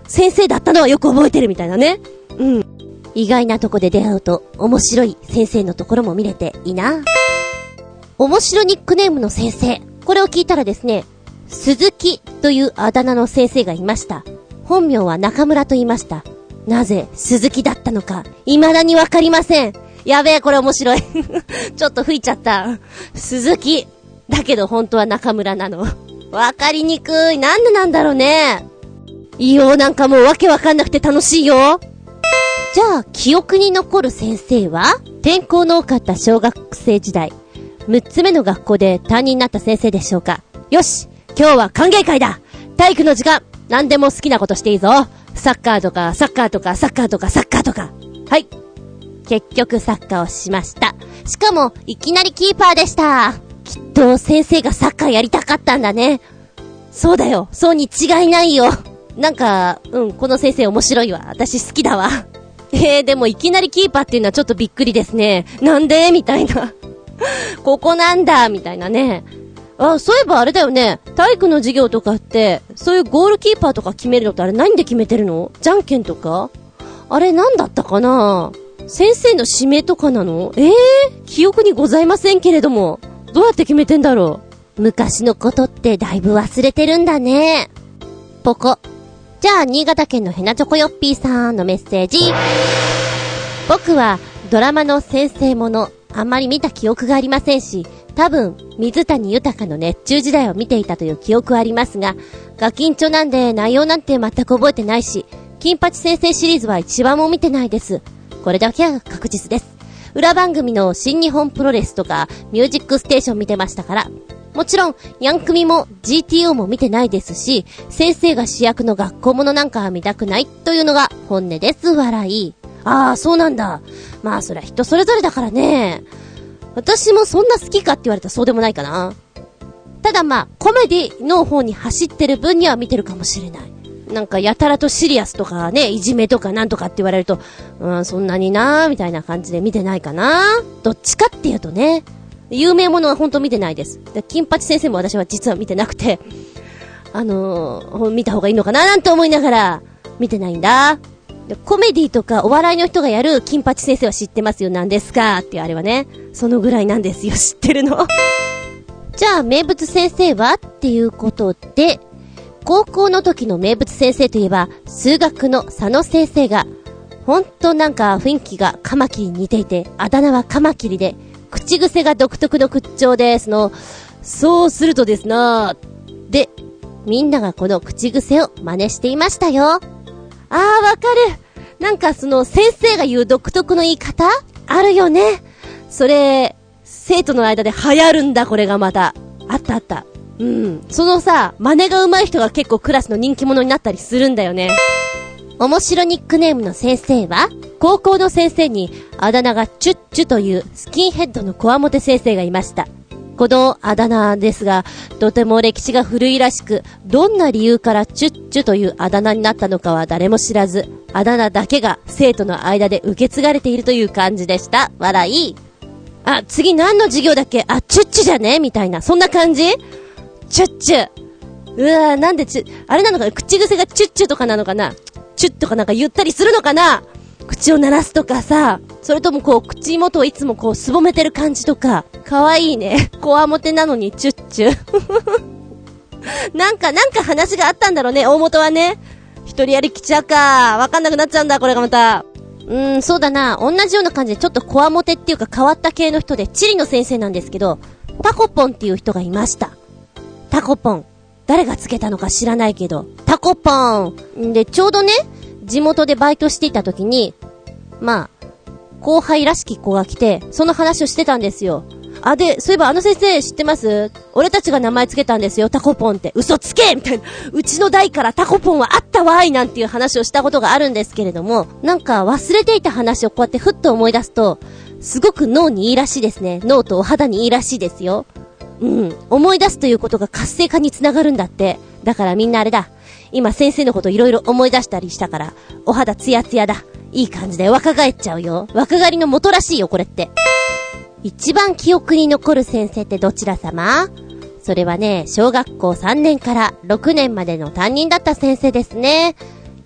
先生だったのはよく覚えてるみたいなね。意外なとこで出会うと面白い先生のところも見れていいな。面白ニックネームの先生。これを聞いたらですね、鈴木というあだ名の先生がいました。本名は中村と言いました。なぜ鈴木だったのか、未だにわかりません。やべえ、これ面白い。ちょっと吹いちゃった。鈴木。だけど本当は中村なの。わかりにくい。なんでなんだろうね。いいよ、なんかもうわけわかんなくて楽しいよ。じゃあ、記憶に残る先生は天候の多かった小学生時代、6つ目の学校で担任になった先生でしょうか。よし、今日は歓迎会だ。体育の時間、何でも好きなことしていいぞ。サッカーとか、サッカーとか、サッカーとか、サッカーとか。はい。結局サッカーをしました。しかも、いきなりキーパーでした。きっと先生がサッカーやりたかったんだね。そうだよ。そうに違いないよ。なんか、この先生面白いわ。私好きだわ。でもいきなりキーパーっていうのはちょっとびっくりですね。なんでみたいな。ここなんだみたいなね。あ、そういえばあれだよね。体育の授業とかって、そういうゴールキーパーとか決めるのってあれ何で決めてるの？じゃんけんとか？あれ何だったかな？先生の指名とかなの？記憶にございませんけれども。どうやって決めてんだろう？昔のことってだいぶ忘れてるんだね。ポコ。じゃあ、新潟県のヘナチョコヨッピーさんのメッセージ。僕はドラマの先生もの、あんまり見た記憶がありませんし、多分、水谷豊の熱中時代を見ていたという記憶はありますが、ガキンチョなんで内容なんて全く覚えてないし、金八先生シリーズは一番も見てないです。これだけは確実です。裏番組の新日本プロレスとか、ミュージックステーション見てましたから。もちろん、ヤンクミも GTO も見てないですし、先生が主役の学校ものなんかは見たくないというのが本音です。笑い。ああ、そうなんだ。まあ、そりゃ人それぞれだからね。私もそんな好きかって言われたらそうでもないかな。ただまあ、コメディの方に走ってる分には見てるかもしれない。なんかやたらとシリアスとかね、いじめとかなんとかって言われると、そんなになーみたいな感じで見てないかな。どっちかっていうとね、有名ものは本当見てないです。で金八先生も私は実は見てなくて、見た方がいいのかななんて思いながら見てないんだ。でコメディとかお笑いの人がやる金八先生は知ってますよ。なんですかっていうあれはね、そのぐらいなんですよ、知ってるの。じゃあ名物先生はっていうことで、高校の時の名物先生といえば数学の佐野先生がほんとなんか雰囲気がカマキリに似ていて、あだ名はカマキリで、口癖が独特の口調で、そうするとですなで、みんながこの口癖を真似していましたよ。わかる。なんか先生が言う独特の言い方あるよね。それ、生徒の間で流行るんだ、これがまた。あった。真似が上手い人が結構クラスの人気者になったりするんだよね。面白ニックネームの先生は、高校の先生にあだ名がチュッチュというスキンヘッドのコアモテ先生がいました。このあだ名ですが、とても歴史が古いらしく、どんな理由からチュッチュというあだ名になったのかは誰も知らず、あだ名だけが生徒の間で受け継がれているという感じでした。笑い。次何の授業だっけ？チュッチュじゃね？みたいな。そんな感じ？チュッチュ。なんであれなのかな？口癖がチュッチュとかなのかな？チュッとかなんか言ったりするのかな？口を鳴らすとかさ、それとも口元をいつもすぼめてる感じとか、かわいいね。こわもてなのにチュッチュ。なんか話があったんだろうね、大元はね。一人やりきちゃうか。わかんなくなっちゃうんだ、これがまた。そうだな。同じような感じでちょっとこわもてっていうか変わった系の人で、地理の先生なんですけど、タコポンっていう人がいました。タコポン。誰がつけたのか知らないけど、タコポン。で、ちょうどね、地元でバイトしていた時に、後輩らしき子が来て、その話をしてたんですよ。で、そういえば先生知ってます？俺たちが名前つけたんですよ、タコポンって。嘘つけみたいな。うちの代からタコポンはあったわーいなんていう話をしたことがあるんですけれども、なんか忘れていた話をこうやってふっと思い出すと、すごく脳にいいらしいですね。脳とお肌にいいらしいですよ。思い出すということが活性化につながるんだって。だからみんなあれだ。今先生のこといろいろ思い出したりしたから、お肌ツヤツヤだ。いい感じで若返っちゃうよ。若返りの元らしいよ、これって。一番記憶に残る先生ってどちら様？それはね、小学校3年から6年までの担任だった先生ですね。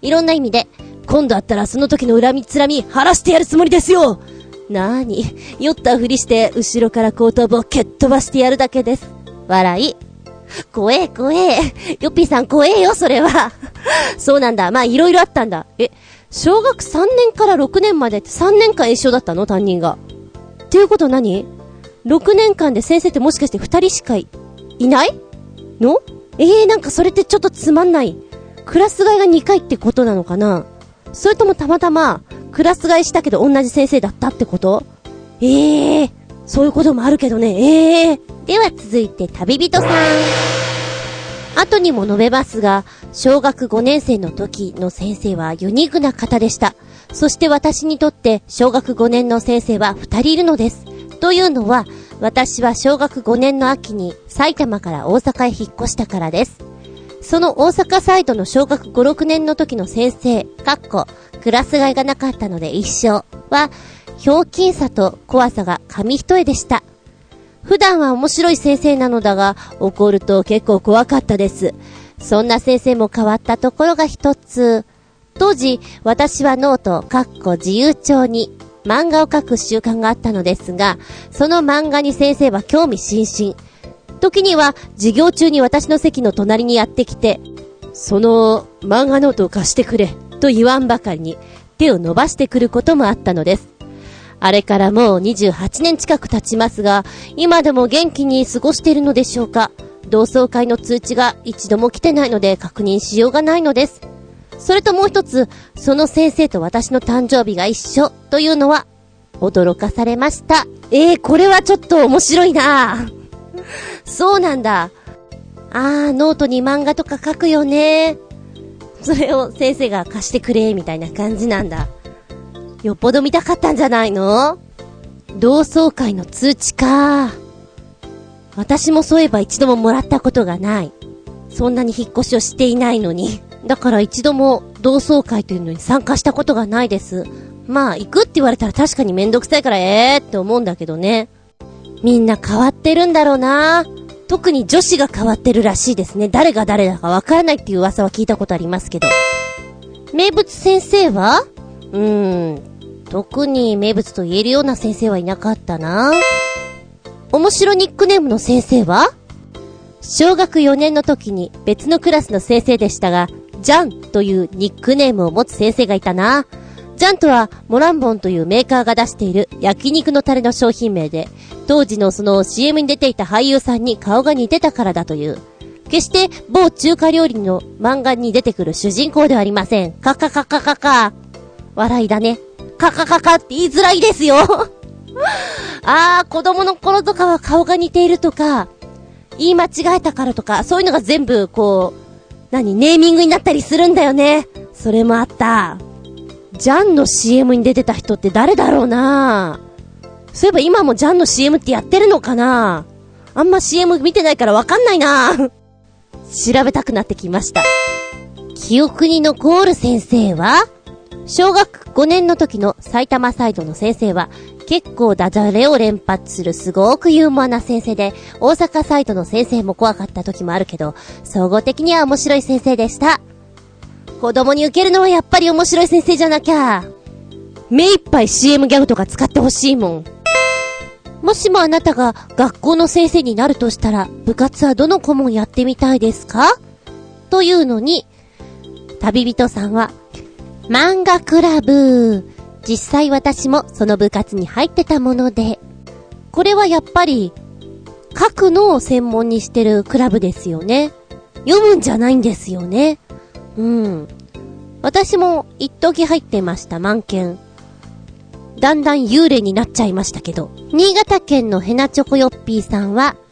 いろんな意味で、今度会ったらその時の恨みつらみ晴らしてやるつもりですよ。なーに、酔ったふりして後ろから後頭部を蹴っ飛ばしてやるだけです。笑い。怖え。よっぴーさん怖えよ、それは。そうなんだ。まあいろいろあったんだ。小学3年から6年までって3年間一緒だったの担任が。っていうこと何 ?6 年間で先生ってもしかして2人しかいないの？なんかそれってちょっとつまんない。クラス替えが2回ってことなのかな？それともたまたまクラス替えしたけど同じ先生だったってこと？そういうこともあるけどね。では続いて旅人さん。後にも述べますが、小学5年生の時の先生はユニークな方でした。そして私にとって小学5年の先生は2人いるのです。というのは、私は小学5年の秋に埼玉から大阪へ引っ越したからです。その大阪サイドの小学5、6年の時の先生、クラス替えがなかったので一緒は、ひょうきんさと怖さが紙一重でした。普段は面白い先生なのだが、怒ると結構怖かったです。そんな先生も変わったところが一つ。当時、私はノート、自由帳に漫画を描く習慣があったのですが、その漫画に先生は興味津々。時には授業中に私の席の隣にやってきて、その漫画ノートを貸してくれと言わんばかりに手を伸ばしてくることもあったのです。あれからもう28年近く経ちますが、今でも元気に過ごしているのでしょうか。同窓会の通知が一度も来てないので確認しようがないのです。それともう一つ、その先生と私の誕生日が一緒というのは驚かされました。これはちょっと面白いな。そうなんだ。ノートに漫画とか書くよね。それを先生が貸してくれみたいな感じなんだ。よっぽど見たかったんじゃないの？同窓会の通知か。私もそういえば一度ももらったことがない。そんなに引っ越しをしていないのに。だから一度も同窓会というのに参加したことがないです。まあ行くって言われたら確かにめんどくさいからって思うんだけどね。みんな変わってるんだろうな。特に女子が変わってるらしいですね。誰が誰だかわからないっていう噂は聞いたことありますけど。名物先生は？特に名物と言えるような先生はいなかったな。面白ニックネームの先生は？小学4年の時に別のクラスの先生でしたが、ジャンというニックネームを持つ先生がいたな。ジャンとはモランボンというメーカーが出している焼肉のタレの商品名で、当時のその CM に出ていた俳優さんに顔が似てたからだという。決して某中華料理の漫画に出てくる主人公ではありません。笑いだね。って言いづらいですよ。子供の頃とかは顔が似ているとか、言い間違えたからとか、そういうのが全部ネーミングになったりするんだよね。それもあった。ジャンの CM に出てた人って誰だろうな。そういえば今もジャンの CM ってやってるのかな。あんま CM 見てないからわかんないな。調べたくなってきました。記憶に残る先生は？小学5年の時の埼玉サイドの先生は結構ダジャレを連発するすごくユーモアな先生で、大阪サイドの先生も怖かった時もあるけど、総合的には面白い先生でした。子供に受けるのはやっぱり面白い先生じゃなきゃ。目いっぱい CM ギャグとか使ってほしいもん。もしもあなたが学校の先生になるとしたら、部活はどの顧問やってみたいですか？というのに、旅人さんは、漫画クラブ。実際私もその部活に入ってたもので、これはやっぱり書くのを専門にしてるクラブですよね。読むんじゃないんですよね。私も一時入ってました。満研。だんだん幽霊になっちゃいましたけど。新潟県のヘナチョコヨッピーさんは、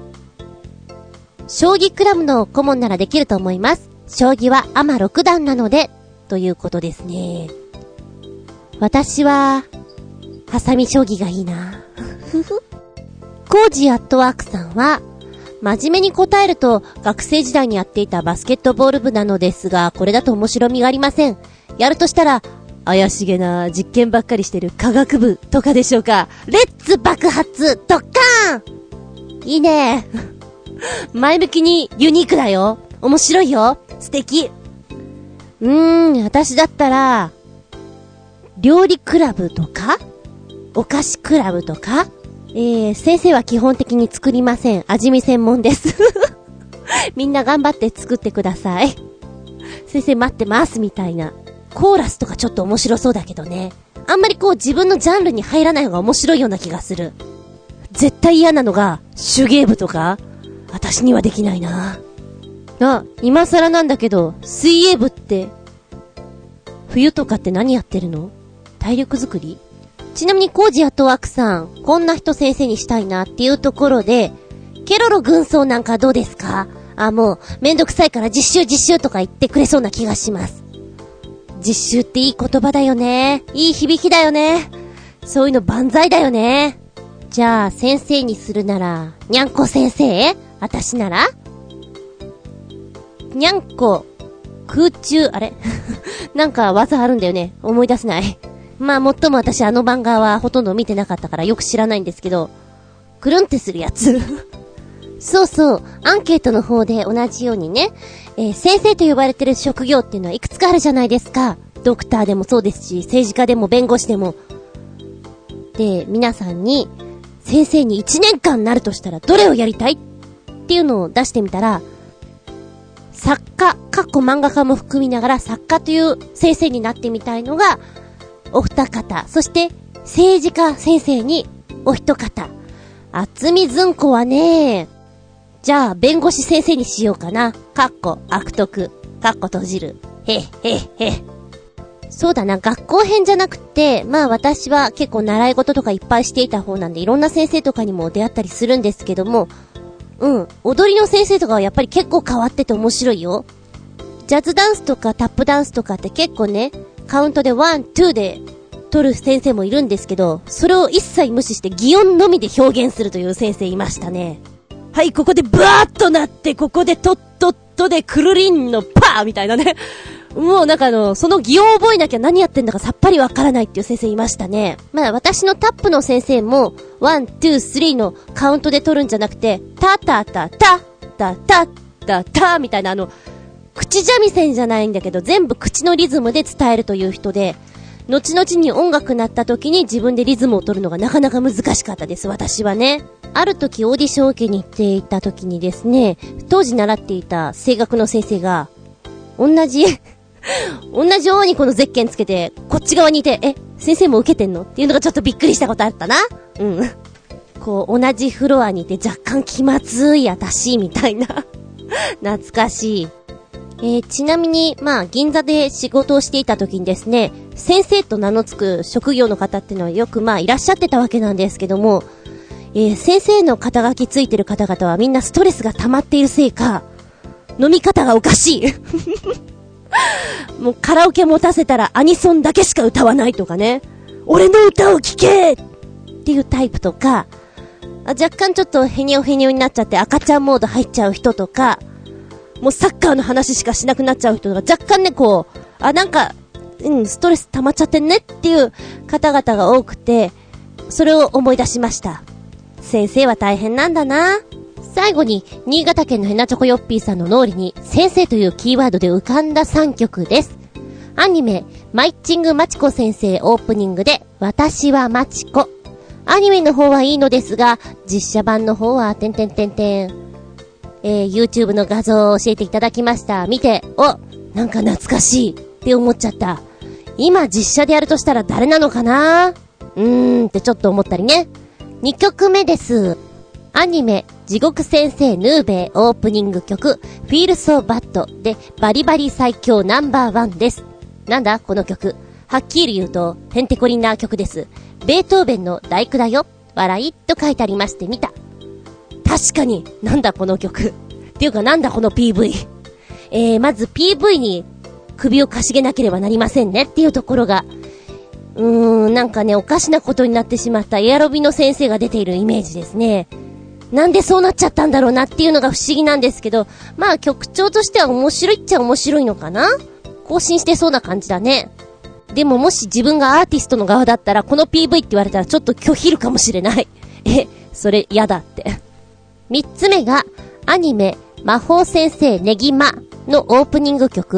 将棋クラブの顧問ならできると思います。将棋はアマ6段なので、ということですね。私はハサミ将棋がいいな。コージアットワークさんは、真面目に答えると学生時代にやっていたバスケットボール部なのですが、これだと面白みがありません。やるとしたら怪しげな実験ばっかりしてる科学部とかでしょうか。レッツ爆発ドッカーン。いいね。前向きにユニークだよ。面白いよ。素敵。 私だったら、料理クラブとかお菓子クラブとか先生は基本的に作りません。味見専門です。みんな頑張って作ってください。先生待ってますみたいな。コーラスとかちょっと面白そうだけどね。あんまりこう自分のジャンルに入らない方が面白いような気がする。絶対嫌なのが手芸部とか私にはできないな。今更なんだけど、水泳部って冬とかって何やってるの？体力作り？ちなみにコージアットワークさん、こんな人先生にしたいなっていうところで、ケロロ軍曹なんかどうですか？もうめんどくさいから実習とか言ってくれそうな気がします。実習っていい言葉だよね。いい響きだよね。そういうの万歳だよね。じゃあ先生にするならにゃんこ先生？私ならにゃんこ空中あれなんか技あるんだよね。思い出せない。まあもっとも私漫画はほとんど見てなかったからよく知らないんですけど、くるんってするやつそうそう、アンケートの方で同じようにね、先生と呼ばれてる職業っていうのはいくつかあるじゃないですか。ドクターでもそうですし、政治家でも弁護士でも。で、皆さんに先生に1年間なるとしたらどれをやりたいっていうのを出してみたら、作家、漫画家も含みながら作家という先生になってみたいのがお二方、そして政治家先生にお一方。厚みずんこはね、じゃあ弁護士先生にしようかな。悪徳、閉じる。へ。そうだな、学校編じゃなくて、まあ私は結構習い事とかいっぱいしていた方なんで、いろんな先生とかにも出会ったりするんですけども、踊りの先生とかはやっぱり結構変わってて面白いよ。ジャズダンスとかタップダンスとかって結構ね、カウントで1、2で取る先生もいるんですけど、それを一切無視して擬音のみで表現するという先生いましたね。はい、ここでブワーッとなって、ここでトットットでクルリンのパーみたいなね。もうなんかその擬音を覚えなきゃ何やってんだかさっぱりわからないっていう先生いましたね。まあ私のタップの先生も、1、2、3のカウントで取るんじゃなくて、タタタタ、タタタタみたいな口三味線じゃないんだけど、全部口のリズムで伝えるという人で、後々に音楽鳴った時に自分でリズムを取るのがなかなか難しかったです、私はね。ある時オーディションを受けに行っていた時にですね、当時習っていた声楽の先生が、同じようにこのゼッケンつけて、こっち側にいて、先生も受けてんのっていうのがちょっとびっくりしたことあったな。こう、同じフロアにいて若干気まずい私みたいな。懐かしい。ちなみに、まあ、銀座で仕事をしていた時にですね、先生と名の付く職業の方っていうのはよくまあいらっしゃってたわけなんですけども、先生の肩書きついてる方々はみんなストレスが溜まっているせいか、飲み方がおかしい。もうカラオケ持たせたらアニソンだけしか歌わないとかね、俺の歌を聴けっていうタイプとか、若干ちょっとヘニョになっちゃって赤ちゃんモード入っちゃう人とか、もうサッカーの話しかしなくなっちゃう人が若干ね、こう、なんか、ストレス溜まっちゃってんねっていう方々が多くて、それを思い出しました。先生は大変なんだな。最後に、新潟県のヘナチョコヨッピーさんの脳裏に、先生というキーワードで浮かんだ3曲です。アニメ、マイッチングマチコ先生オープニングで、私はマチコ。アニメの方はいいのですが、実写版の方は、YouTube の画像を教えていただきました。見て、なんか懐かしいって思っちゃった。今実写でやるとしたら誰なのかなってちょっと思ったりね。2曲目です。アニメ、地獄先生ヌーベイオープニング曲、Feel So Bad でバリバリ最強No.1です。なんだこの曲。はっきり言うと、へんてこりんな曲です。ベートーベンの第九だよ。笑いと書いてありまして見た。確かに、なんだこの曲。っていうかなんだこの PV。まず PV に首をかしげなければなりませんねっていうところが、なんかね、おかしなことになってしまったエアロビの先生が出ているイメージですね。なんでそうなっちゃったんだろうなっていうのが不思議なんですけど、まあ曲調としては面白いっちゃ面白いのかな？更新してそうな感じだね。でももし自分がアーティストの側だったらこの PV って言われたらちょっと拒否るかもしれない。それ嫌だって。3つ目がアニメ魔法先生ネギマのオープニング曲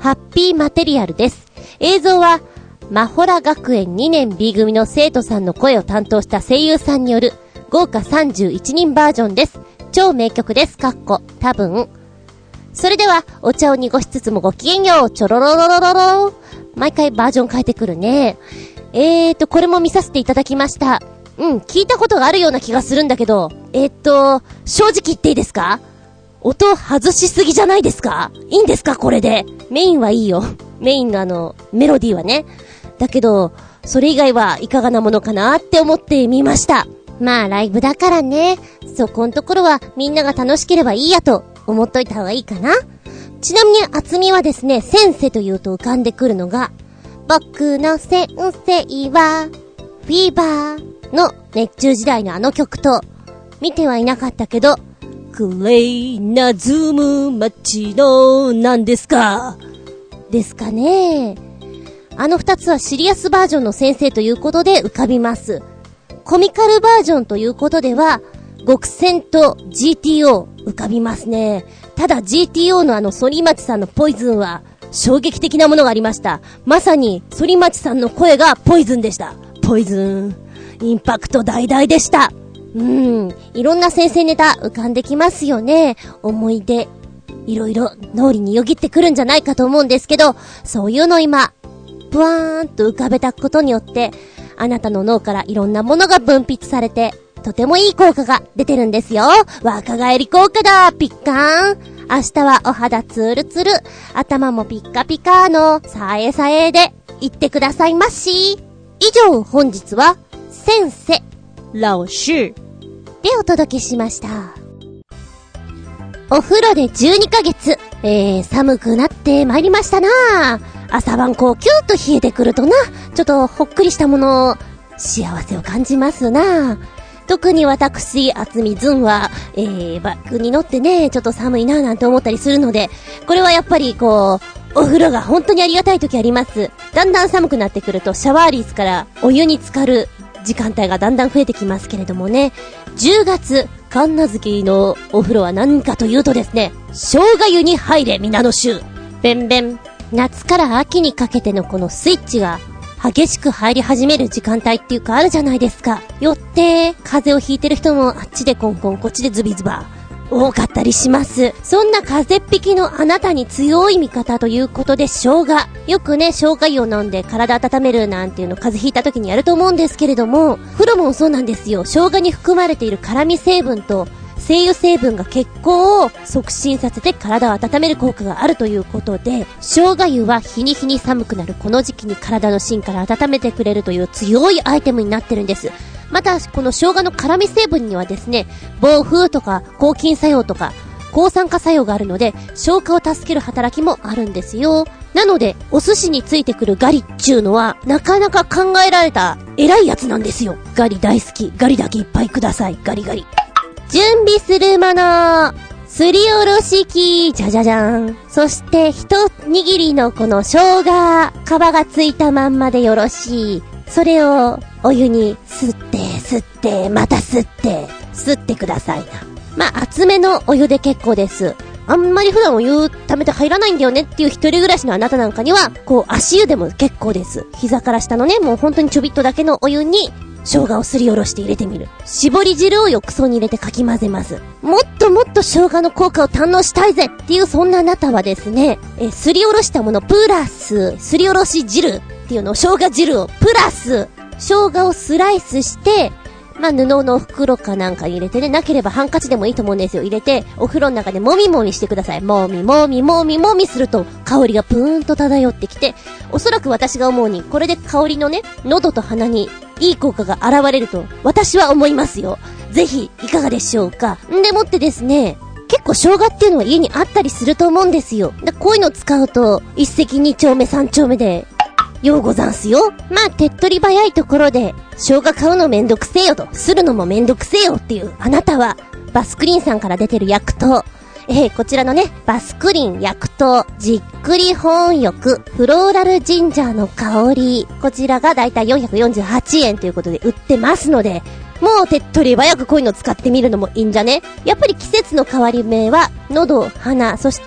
ハッピーマテリアルです。映像はマホラ学園2年 B 組の生徒さんの声を担当した声優さんによる豪華31人バージョンです。超名曲です。多分。それではお茶を濁しつつもごきげんよう。ちょろろろろろろ。毎回バージョン変えてくるね。これも見させていただきました。聞いたことがあるような気がするんだけど、正直言っていいですか？音外しすぎじゃないですか？いいんですかこれで？メインはいいよ。メインのメロディーはね。だけど、それ以外はいかがなものかなって思ってみました。まあライブだからね。そこんところはみんなが楽しければいいやと思っといた方がいいかな。ちなみに厚みはですね、先生というと浮かんでくるのが、僕の先生はフィーバーの熱中時代のあの曲と、見てはいなかったけど、クレイナズム街の何ですかですかね。あの二つはシリアスバージョンの先生ということで浮かびます。コミカルバージョンということでは極戦と GTO 浮かびますね。ただ GTO の反町さんのポイズンは衝撃的なものがありました。まさに反町さんの声がポイズンでした。ポイズンインパクト大々でした。いろんな先生ネタ浮かんできますよね。思い出いろいろ脳裏によぎってくるんじゃないかと思うんですけど、そういうの今ブワーンと浮かべたことによってあなたの脳からいろんなものが分泌されてとてもいい効果が出てるんですよ。若返り効果だ。ピッカーン。明日はお肌ツルツル、頭もピッカピカのさえさえで言ってくださいまし。以上本日は先生老師でお届けしました。お風呂で12ヶ月、寒くなってまいりましたな。朝晩キューッと冷えてくるとな、ちょっとほっくりしたもの幸せを感じますな。特に私、厚みずんは、バッグに乗ってね、ちょっと寒いななんて思ったりするので、これはやっぱりお風呂が本当にありがたい時あります。だんだん寒くなってくるとシャワー率からお湯に浸かる時間帯がだんだん増えてきますけれどもね。10月、神奈月のお風呂は何かというとですね、生姜湯に入れ皆の衆。ベンベン。夏から秋にかけてのこのスイッチが激しく入り始める時間帯っていうかあるじゃないですか。よって風邪をひいてる人もあっちでコンコンこっちでズビズバ多かったりします。そんな風邪っ引きのあなたに強い味方ということで生姜。よくね、生姜湯を飲んで体温めるなんていうの風邪ひいた時にやると思うんですけれども、風呂もそうなんですよ。生姜に含まれている辛味成分と精油成分が血行を促進させて体を温める効果があるということで、生姜湯は日に日に寒くなるこの時期に体の芯から温めてくれるという強いアイテムになってるんです。またこの生姜の辛味成分にはですね、防風とか抗菌作用とか抗酸化作用があるので消化を助ける働きもあるんですよ。なのでお寿司についてくるガリっちゅうのはなかなか考えられた偉いやつなんですよ。ガリ大好き。ガリだけいっぱいください。ガリガリ。準備するもの、すりおろし器、じゃじゃじゃん。そして一握りのこの生姜、皮がついたまんまでよろしい。それをお湯に吸ってまた吸ってくださいな。まあ厚めのお湯で結構です。あんまり普段お湯溜めて入らないんだよねっていう一人暮らしのあなたなんかには足湯でも結構です。膝から下のね、もう本当にちょびっとだけのお湯に生姜をすりおろして入れてみる。絞り汁を浴槽に入れてかき混ぜます。もっともっと生姜の効果を堪能したいぜっていうそんなあなたはですね、すりおろしたものプラスすりおろし汁っていうのを生姜汁をプラス生姜をスライスして布の袋かなんかに入れてね、なければハンカチでもいいと思うんですよ。入れてお風呂の中でもみもみしてください。もみすると香りがプーンと漂ってきて、おそらく私が思うにこれで香りのね、喉と鼻にいい効果が現れると私は思いますよ。ぜひいかがでしょうか。でもってですね、結構生姜っていうのは家にあったりすると思うんですよ。こういうの使うと一石二鳥目三鳥目でようござんすよ。まあ手っ取り早いところで生姜買うのめんどくせえよと、するのもめんどくせえよっていうあなたはバスクリンさんから出てる薬湯、こちらのね、バスクリン薬湯じっくり保温浴フローラルジンジャーの香り、こちらがだいたい448円ということで売ってますので、もう手っ取り早くこういうの使ってみるのもいいんじゃね。やっぱり季節の変わり目は喉、鼻、そして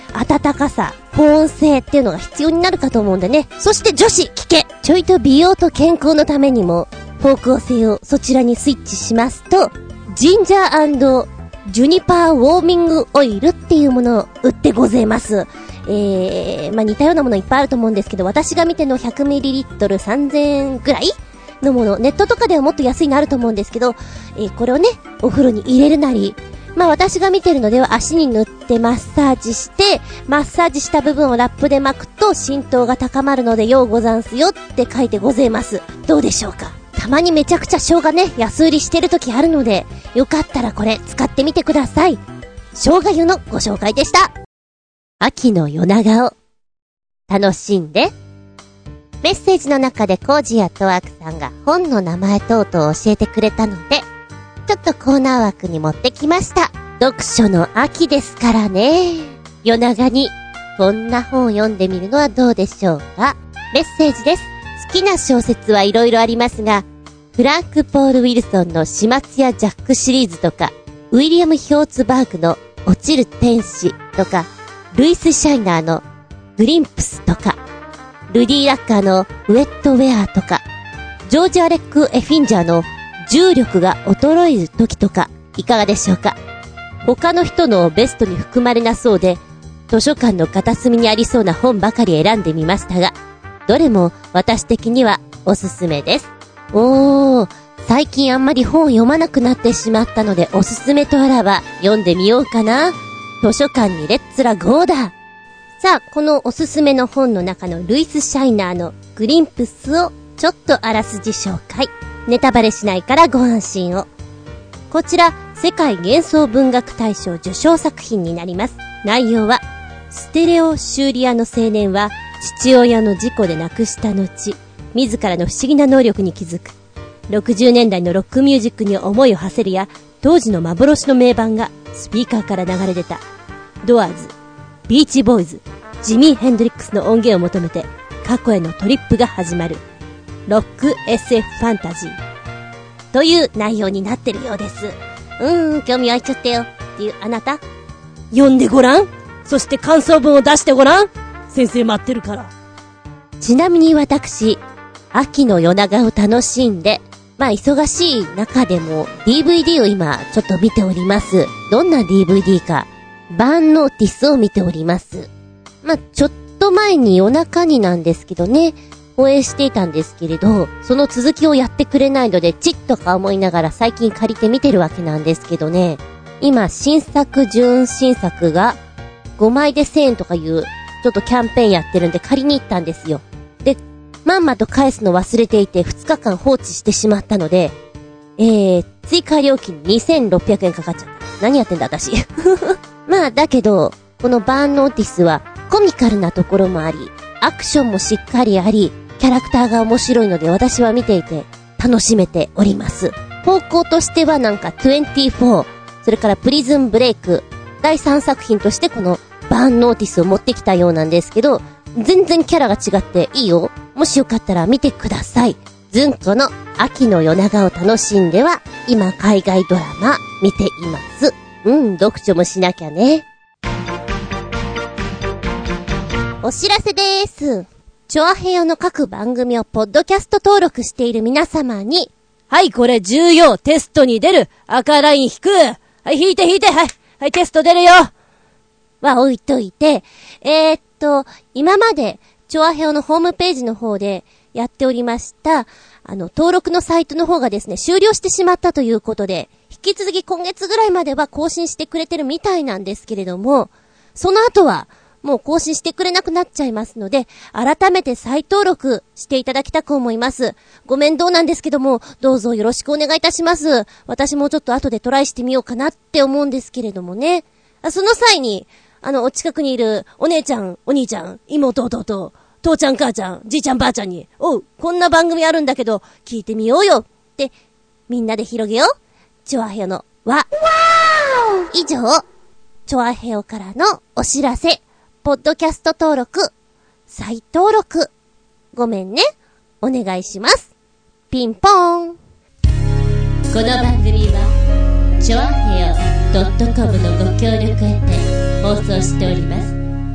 温かさ、保温性っていうのが必要になるかと思うんでね。そして女子、聞け！ちょいと美容と健康のためにも、方向性をそちらにスイッチしますと、ジンジャー&ジュニパーウォーミングオイルっていうものを売ってございます。似たようなものいっぱいあると思うんですけど、私が見ての 100ml3000 円ぐらいのもの、ネットとかではもっと安いのあると思うんですけど、これをね、お風呂に入れるなり、私が見てるのでは足に塗ってマッサージして、マッサージした部分をラップで巻くと浸透が高まるのでようござんすよって書いてございます。どうでしょうか？たまにめちゃくちゃ生姜ね、安売りしてる時あるので、よかったらこれ使ってみてください。生姜湯のご紹介でした。秋の夜長を楽しんで。メッセージの中でコージアとワークさんが本の名前等々を教えてくれたので、ちょっとコーナー枠に持ってきました。読書の秋ですからね。夜長にこんな本を読んでみるのはどうでしょうか。メッセージです。好きな小説はいろいろありますが、フランク・ポール・ウィルソンの始末やジャックシリーズとか、ウィリアム・ヒョーツバーグの落ちる天使とか、ルイス・シャイナーのグリンプスとか、ルディ・ラッカーのウェット・ウェアとか、ジョージ・アレック・エフィンジャーの重力が衰える時とか、いかがでしょうか。他の人のベストに含まれなそうで、図書館の片隅にありそうな本ばかり選んでみましたが、どれも私的にはおすすめです。最近あんまり本を読まなくなってしまったので、おすすめとあらば読んでみようかな。図書館にレッツラゴーだ。さあ、このおすすめの本の中のルイス・シャイナーのグリンプスをちょっとあらすじ紹介。ネタバレしないからご安心を。こちら、世界幻想文学大賞受賞作品になります。内容は、ステレオ修理屋の青年は、父親の事故で亡くした後、自らの不思議な能力に気づく。60年代のロックミュージックに思いを馳せるや、当時の幻の名盤がスピーカーから流れ出た。ドアーズ、ビーチボーイズ、ジミー・ヘンドリックスの音源を求めて、過去へのトリップが始まる。ロック SF ファンタジー。という内容になってるようです。興味湧いちゃったよ。っていうあなた、読んでごらん。そして感想文を出してごらん。先生待ってるから。ちなみに私、秋の夜長を楽しんで、忙しい中でも DVD を今ちょっと見ております。どんな DVD か、バーンノーティスを見ております。ちょっと前に夜中になんですけどね、放映していたんですけれど、その続きをやってくれないのでチッとか思いながら最近借りて見てるわけなんですけどね、今新作純新作が5枚で1000円とかいうちょっとキャンペーンやってるんで借りに行ったんですよ。で、まんまと返すの忘れていて2日間放置してしまったので、追加料金2600円かかっちゃった。何やってんだ私。だけど、このバーンノーティスはコミカルなところもあり、アクションもしっかりあり、キャラクターが面白いので私は見ていて楽しめております。方向としては24、それからプリズンブレイク、第3作品としてこのバーンノーティスを持ってきたようなんですけど、全然キャラが違っていいよ。もしよかったら見てください。ずんこの秋の夜長を楽しんでは、今海外ドラマ見ています。読書もしなきゃね。お知らせでーす。チョアヘヨの各番組をポッドキャスト登録している皆様に、はい、これ重要、テストに出る、赤ライン引く、はい、引いて、はい、テスト出るよは置いといて、今までチョアヘヨのホームページの方でやっておりました、登録のサイトの方がですね、終了してしまったということで、引き続き今月ぐらいまでは更新してくれてるみたいなんですけれども、その後はもう更新してくれなくなっちゃいますので、改めて再登録していただきたく思います。ご面倒なんですけども、どうぞよろしくお願いいたします。私もちょっと後でトライしてみようかなって思うんですけれどもね。その際に、お近くにいるお姉ちゃん、お兄ちゃん、妹弟、父ちゃん母ちゃん、じいちゃんばあちゃんに、こんな番組あるんだけど、聞いてみようよって、みんなで広げよう。チョアヘヨの輪。以上、チョアヘヨからのお知らせ。ポッドキャスト登録、再登録、ごめんね、お願いします。ピンポーン。この番組は、チョアヘヨ.com のご協力へて放送しております。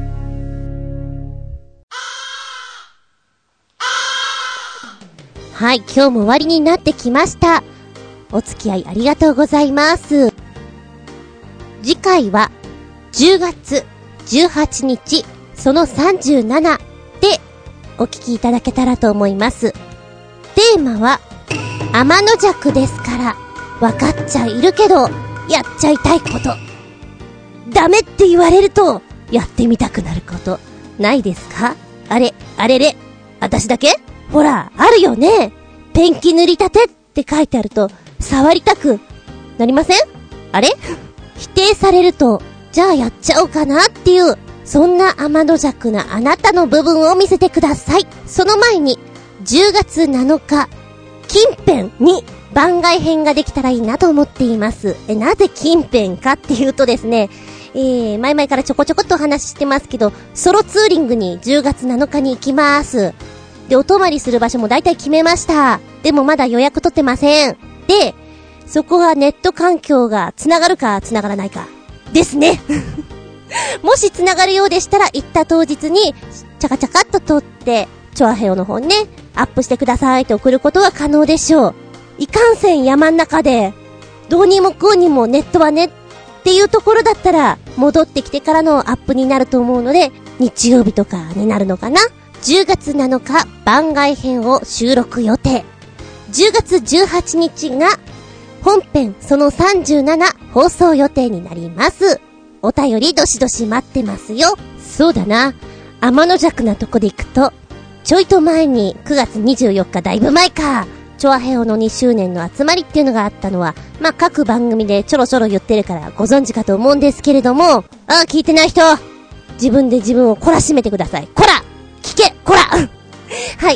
はい、今日も終わりになってきました。お付き合いありがとうございます。次回は10月18日その37でお聞きいただけたらと思います。テーマは天の弱ですから、分かっちゃいるけどやっちゃいたいこと、ダメって言われるとやってみたくなることないですか？あれれ、私だけ？ほら、あるよね。ペンキ塗りたてって書いてあると触りたくなりません？あれ？否定されるとじゃあやっちゃおうかなっていう、そんな天の弱なあなたの部分を見せてください。その前に10月7日近辺に番外編ができたらいいなと思っています。なぜ近辺かっていうとですね、前々からちょこちょこっとお話ししてますけど、ソロツーリングに10月7日に行きます。で、お泊まりする場所も大体決めました。でもまだ予約取ってません。で、そこがネット環境が繋がるか繋がらないかですね。もし繋がるようでしたら、行った当日にチャカチャカっと撮ってチョアヘオの方にねアップしてくださいと送ることは可能でしょう。いかんせん山ん中でどうにもこうにもネットはねっていうところだったら、戻ってきてからのアップになると思うので、日曜日とかになるのかな。10月7日番外編を収録予定。10月18日が本編その37放送予定になります。お便りどしどし待ってますよ。そうだな、天の弱なとこで行くと、ちょいと前に9月24日だいぶ前か、チョアヘオの2周年の集まりっていうのがあったのは、まあ、各番組でちょろちょろ言ってるからご存知かと思うんですけれども、聞いてない人、自分で自分を懲らしめてください。こら聞けこらはい、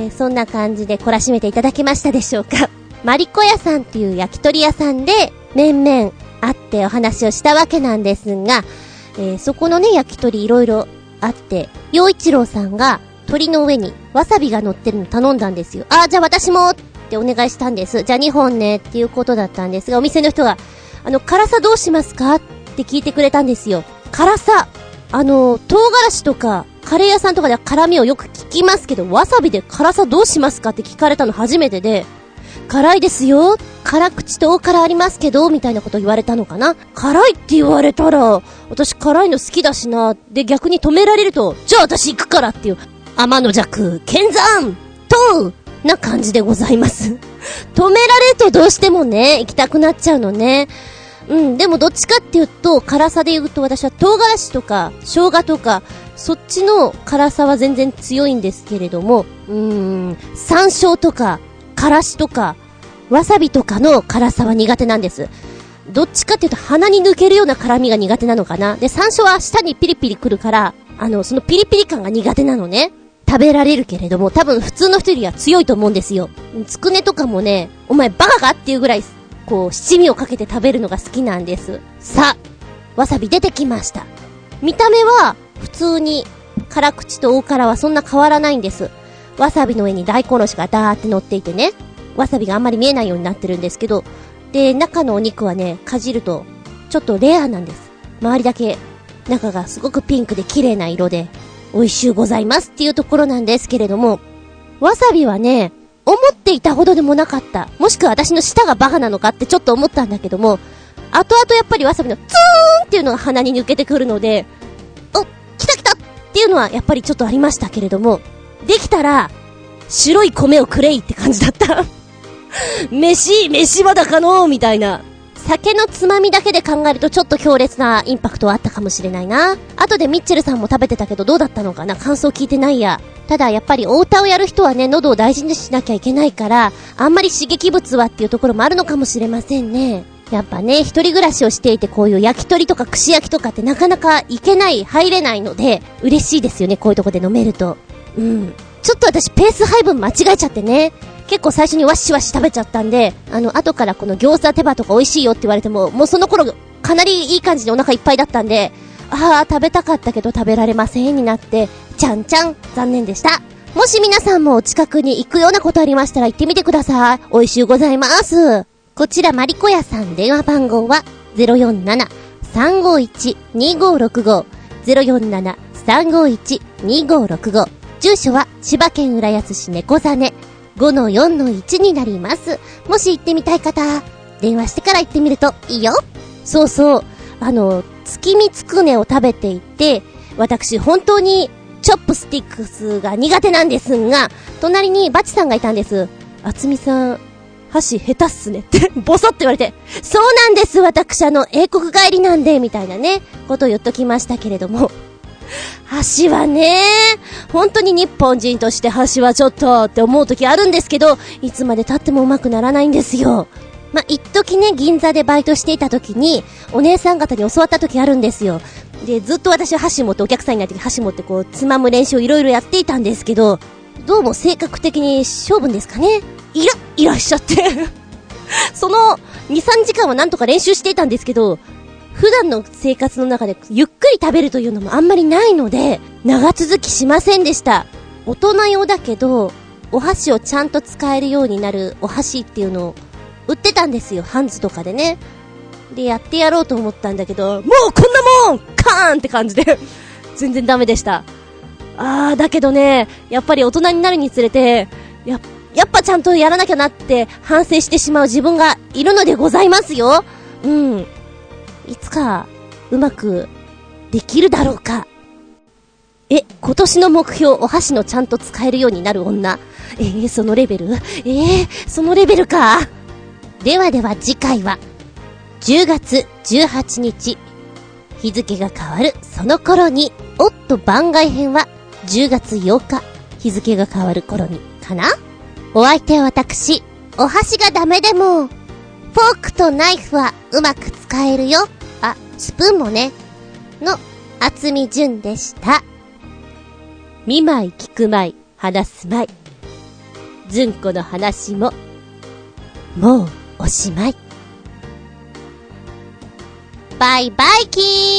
そんな感じで懲らしめていただけましたでしょうか。マリコ屋さんっていう焼き鳥屋さんで面々会ってお話をしたわけなんですが、そこのね焼き鳥いろいろあって、陽一郎さんが鳥の上にわさびが乗ってるの頼んだんですよ。じゃあ私もってお願いしたんです。じゃあ2本ねっていうことだったんですが、お店の人が辛さどうしますかって聞いてくれたんですよ。辛さ、唐辛子とかカレー屋さんとかでは辛味をよく聞きますけど、わさびで辛さどうしますかって聞かれたの初めてで、辛いですよ、辛口と大辛ありますけどみたいなこと言われたのかな。辛いって言われたら私辛いの好きだしな、で逆に止められると、じゃあ私行くからっていう天の弱見山とな感じでございます。止められるとどうしてもね行きたくなっちゃうのね。でもどっちかっていうと、辛さで言うと私は唐辛子とか生姜とかそっちの辛さは全然強いんですけれども、山椒とか辛子とかわさびとかの辛さは苦手なんです。どっちかっていうと鼻に抜けるような辛みが苦手なのかな。で、山椒は舌にピリピリくるから、そのピリピリ感が苦手なのね。食べられるけれども、多分普通の人よりは強いと思うんですよ。つくねとかもね、お前バカかっていうぐらいこう七味をかけて食べるのが好きなんです。さあ、わさび出てきました。見た目は普通に辛口と大辛はそんな変わらないんです。わさびの上に大根おろしがダーって乗っていてね、わさびがあんまり見えないようになってるんですけど、で中のお肉はね、かじるとちょっとレアなんです。周りだけ中がすごくピンクで綺麗な色で美味しゅうございますっていうところなんですけれども、わさびはね、思っていたほどでもなかった。もしくは私の舌がバカなのかってちょっと思ったんだけども、後々やっぱりわさびのツーンっていうのが鼻に抜けてくるので、来た来たっていうのはやっぱりちょっとありましたけれども、できたら白い米をくれいって感じだった飯はだかのみたいな。酒のつまみだけで考えるとちょっと強烈なインパクトはあったかもしれないな。後でミッチェルさんも食べてたけどどうだったのかな、感想聞いてないや。ただやっぱりお歌をやる人はね、喉を大事にしなきゃいけないから、あんまり刺激物はっていうところもあるのかもしれませんね。やっぱね、一人暮らしをしていてこういう焼き鳥とか串焼きとかってなかなか行けない、入れないので嬉しいですよね、こういうとこで飲めると。ちょっと私ペース配分間違えちゃってね、結構最初にワシワシ食べちゃったんで、後からこの餃子手羽とか美味しいよって言われても、もうその頃かなりいい感じでお腹いっぱいだったんで、食べたかったけど食べられませんになって、ちゃん残念でした。もし皆さんもお近くに行くようなことありましたら行ってみてください。美味しゅうございます。こちらマリコ屋さん、電話番号は 047-351-2565 047-351-2565、住所は千葉県浦安市猫ザネ 5-4-1になります。もし行ってみたい方、電話してから行ってみるといいよ。そうそう。月見つくねを食べていて、私本当にチョップスティックスが苦手なんですが、隣にバチさんがいたんです。あつみさん、箸下手っすねってボソって言われて、そうなんです、私英国帰りなんでみたいなねことを言っときましたけれども、箸はね、本当に日本人として箸はちょっとって思う時あるんですけど、いつまで経ってもうまくならないんですよ。一時ね、銀座でバイトしていた時にお姉さん方に教わった時あるんですよ。で、ずっと私は箸持って、お客さんになって箸持ってこうつまむ練習をいろいろやっていたんですけど、どうも性格的に勝負ですかね、イラしちゃってその 2,3 時間はなんとか練習していたんですけど、普段の生活の中でゆっくり食べるというのもあんまりないので、長続きしませんでした。大人用だけどお箸をちゃんと使えるようになるお箸っていうのを売ってたんですよ、ハンズとかでね。で、やってやろうと思ったんだけど、もうこんなもんカーンって感じで全然ダメでした。だけどね、やっぱり大人になるにつれて、やっぱちゃんとやらなきゃなって反省してしまう自分がいるのでございますよ。いつかうまくできるだろうか。今年の目標、お箸のちゃんと使えるようになる女。そのレベル？そのレベルか。では次回は10月18日、日付が変わるその頃に、番外編は10月8日、日付が変わる頃にかな。お相手は私、お箸がダメでもフォークとナイフはうまく使えるよ、スプーンもねのあつみじゅんでした。見舞い聞く舞い話す舞い、じゅんこの話ももうおしまい。バイバイキ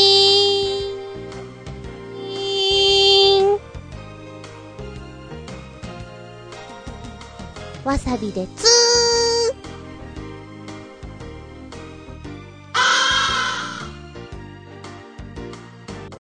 ーン。わさびでつ